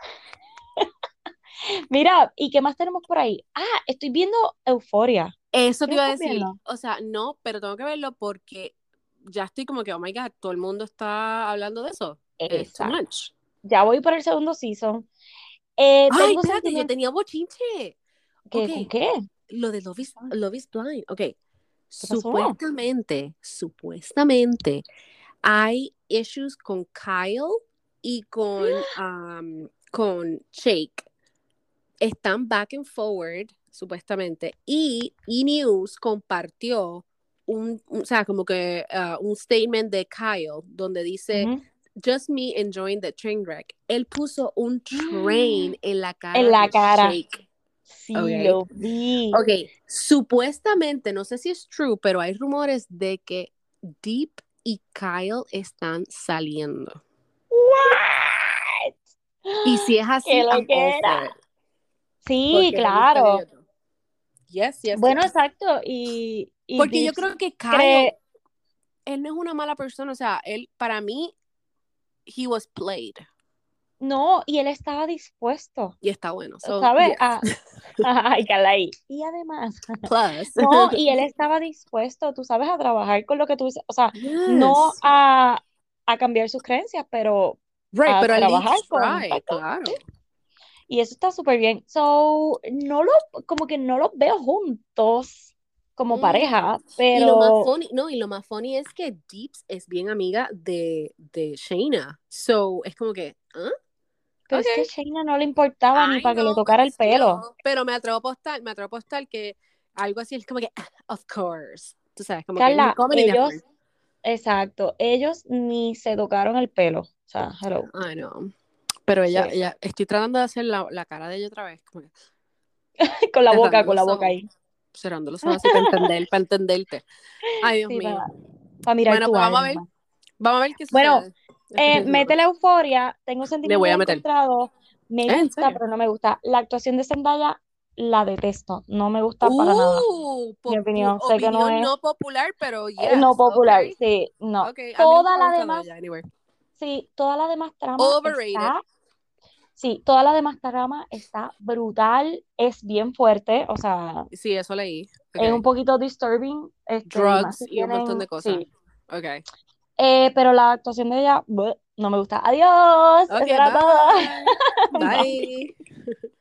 Mira, ¿y qué más tenemos por ahí? Ah, estoy viendo Euforia.
Eso
¿Qué
te iba a
estás
decir.
viendo?
O sea, no, pero tengo que verlo porque ya estoy como que, oh my God, todo el mundo está hablando de eso. Es too
Exacto.
much.
Ya voy por el segundo season. Eh,
Ay,
tengo
espérate, yo
sentimiento.
tenía bochinche. Ok,
¿Qué, con qué?
lo de Love is, Love is Blind. Ok,
¿Qué pasó?
supuestamente, supuestamente hay issues con Kyle y con, um, con Shake. Están back and forward, supuestamente. Y E! News compartió un, un- o sea, como que uh, un statement de Kyle donde dice,
Ujú.
just me enjoying the train wreck. Él puso un train en la
En
cara
la
de
cara.
Shake.
Sí,
Ok.
lo vi.
Ok, supuestamente, no sé si es true, pero hay rumores de que Deep y Kyle están saliendo.
What?
Y si es
¡Qué
así,
lo
I'm
que
all
era!
for it.
Sí,
Porque me gustan
claro.
ellos dos. Yes, yes,
Bueno,
yes.
exacto. Y, y
Porque yo
Dips
creo que Kyle,
cree,
él no es una mala persona. O sea, él, para mí, he was played.
no, y él estaba dispuesto,
Y está bueno. So,
¿sabes?
yes.
A, ay, Calai. Y además,
Plus.
no, y él estaba dispuesto, tú sabes, a trabajar con lo que tú dices, o sea, no
Yes.
a, a cambiar sus creencias, pero
Right,
a
pero at
trabajar
least
con,
try,
exacto,
claro.
sí. Y eso está súper bien. So, no lo, como que no los veo juntos como
Mm.
pareja,
Y lo más
pero,
funny, no, y lo más funny es que Deeps es bien amiga de, de Shayna. So, es como que, ¿ah?
pero
Ok.
es que a Shayna no le importaba ni
I
para que le
know, but
tocara el
still.
pelo.
Pero me atrevo a apostar, me atrevo a apostar que algo así es como que, "Ah, of course. Tú sabes, como que ni
Carla,
come ni de
ellos,
acuerdo.
exacto, ellos ni se tocaron el pelo. O sea, hello.
I know. Pero ella,
Sí.
ella, estoy tratando de hacer la, la cara de ella otra vez, como que
Con la boca,
cerrando
con la
los
boca
ojos,
ahí.
cerrando los ojos así para entender, para entenderte. Ay, Dios
Sí,
mío.
para, para mirar
Bueno,
tu
pues vamos a ver,
alma.
vamos a ver qué
Bueno,
sucede este
eh,
fin de semana.
métele euforia. Tengo
Le
sentimientos
voy a meter.
encontrados. Me
¿Eh? ¿En
gusta,
serio?
pero no me gusta. La actuación de Zendaya la detesto. No me gusta para nada.
Uh,
Mi
popu-
opinión. Sé que no
opinión
es
no popular, pero
eh, no
yes,
popular.
okay.
Sí, no.
Okay, a mí nunca
Toda
me ha
la
gustado
demás,
ella, anyway.
sí, toda la demás trama
Overrated.
está, sí, toda la demás trama está brutal. Es bien fuerte. O sea,
Sí, eso leí.
es un
Okay.
poquito disturbing. Este, y más
Drugs
si
y un montón
tienen,
de cosas.
sí.
Okay.
Eh, pero la actuación de ella, bleh, no me gusta. Adiós. Eso
Okay,
era todo.
bye.
Bye.
Bye.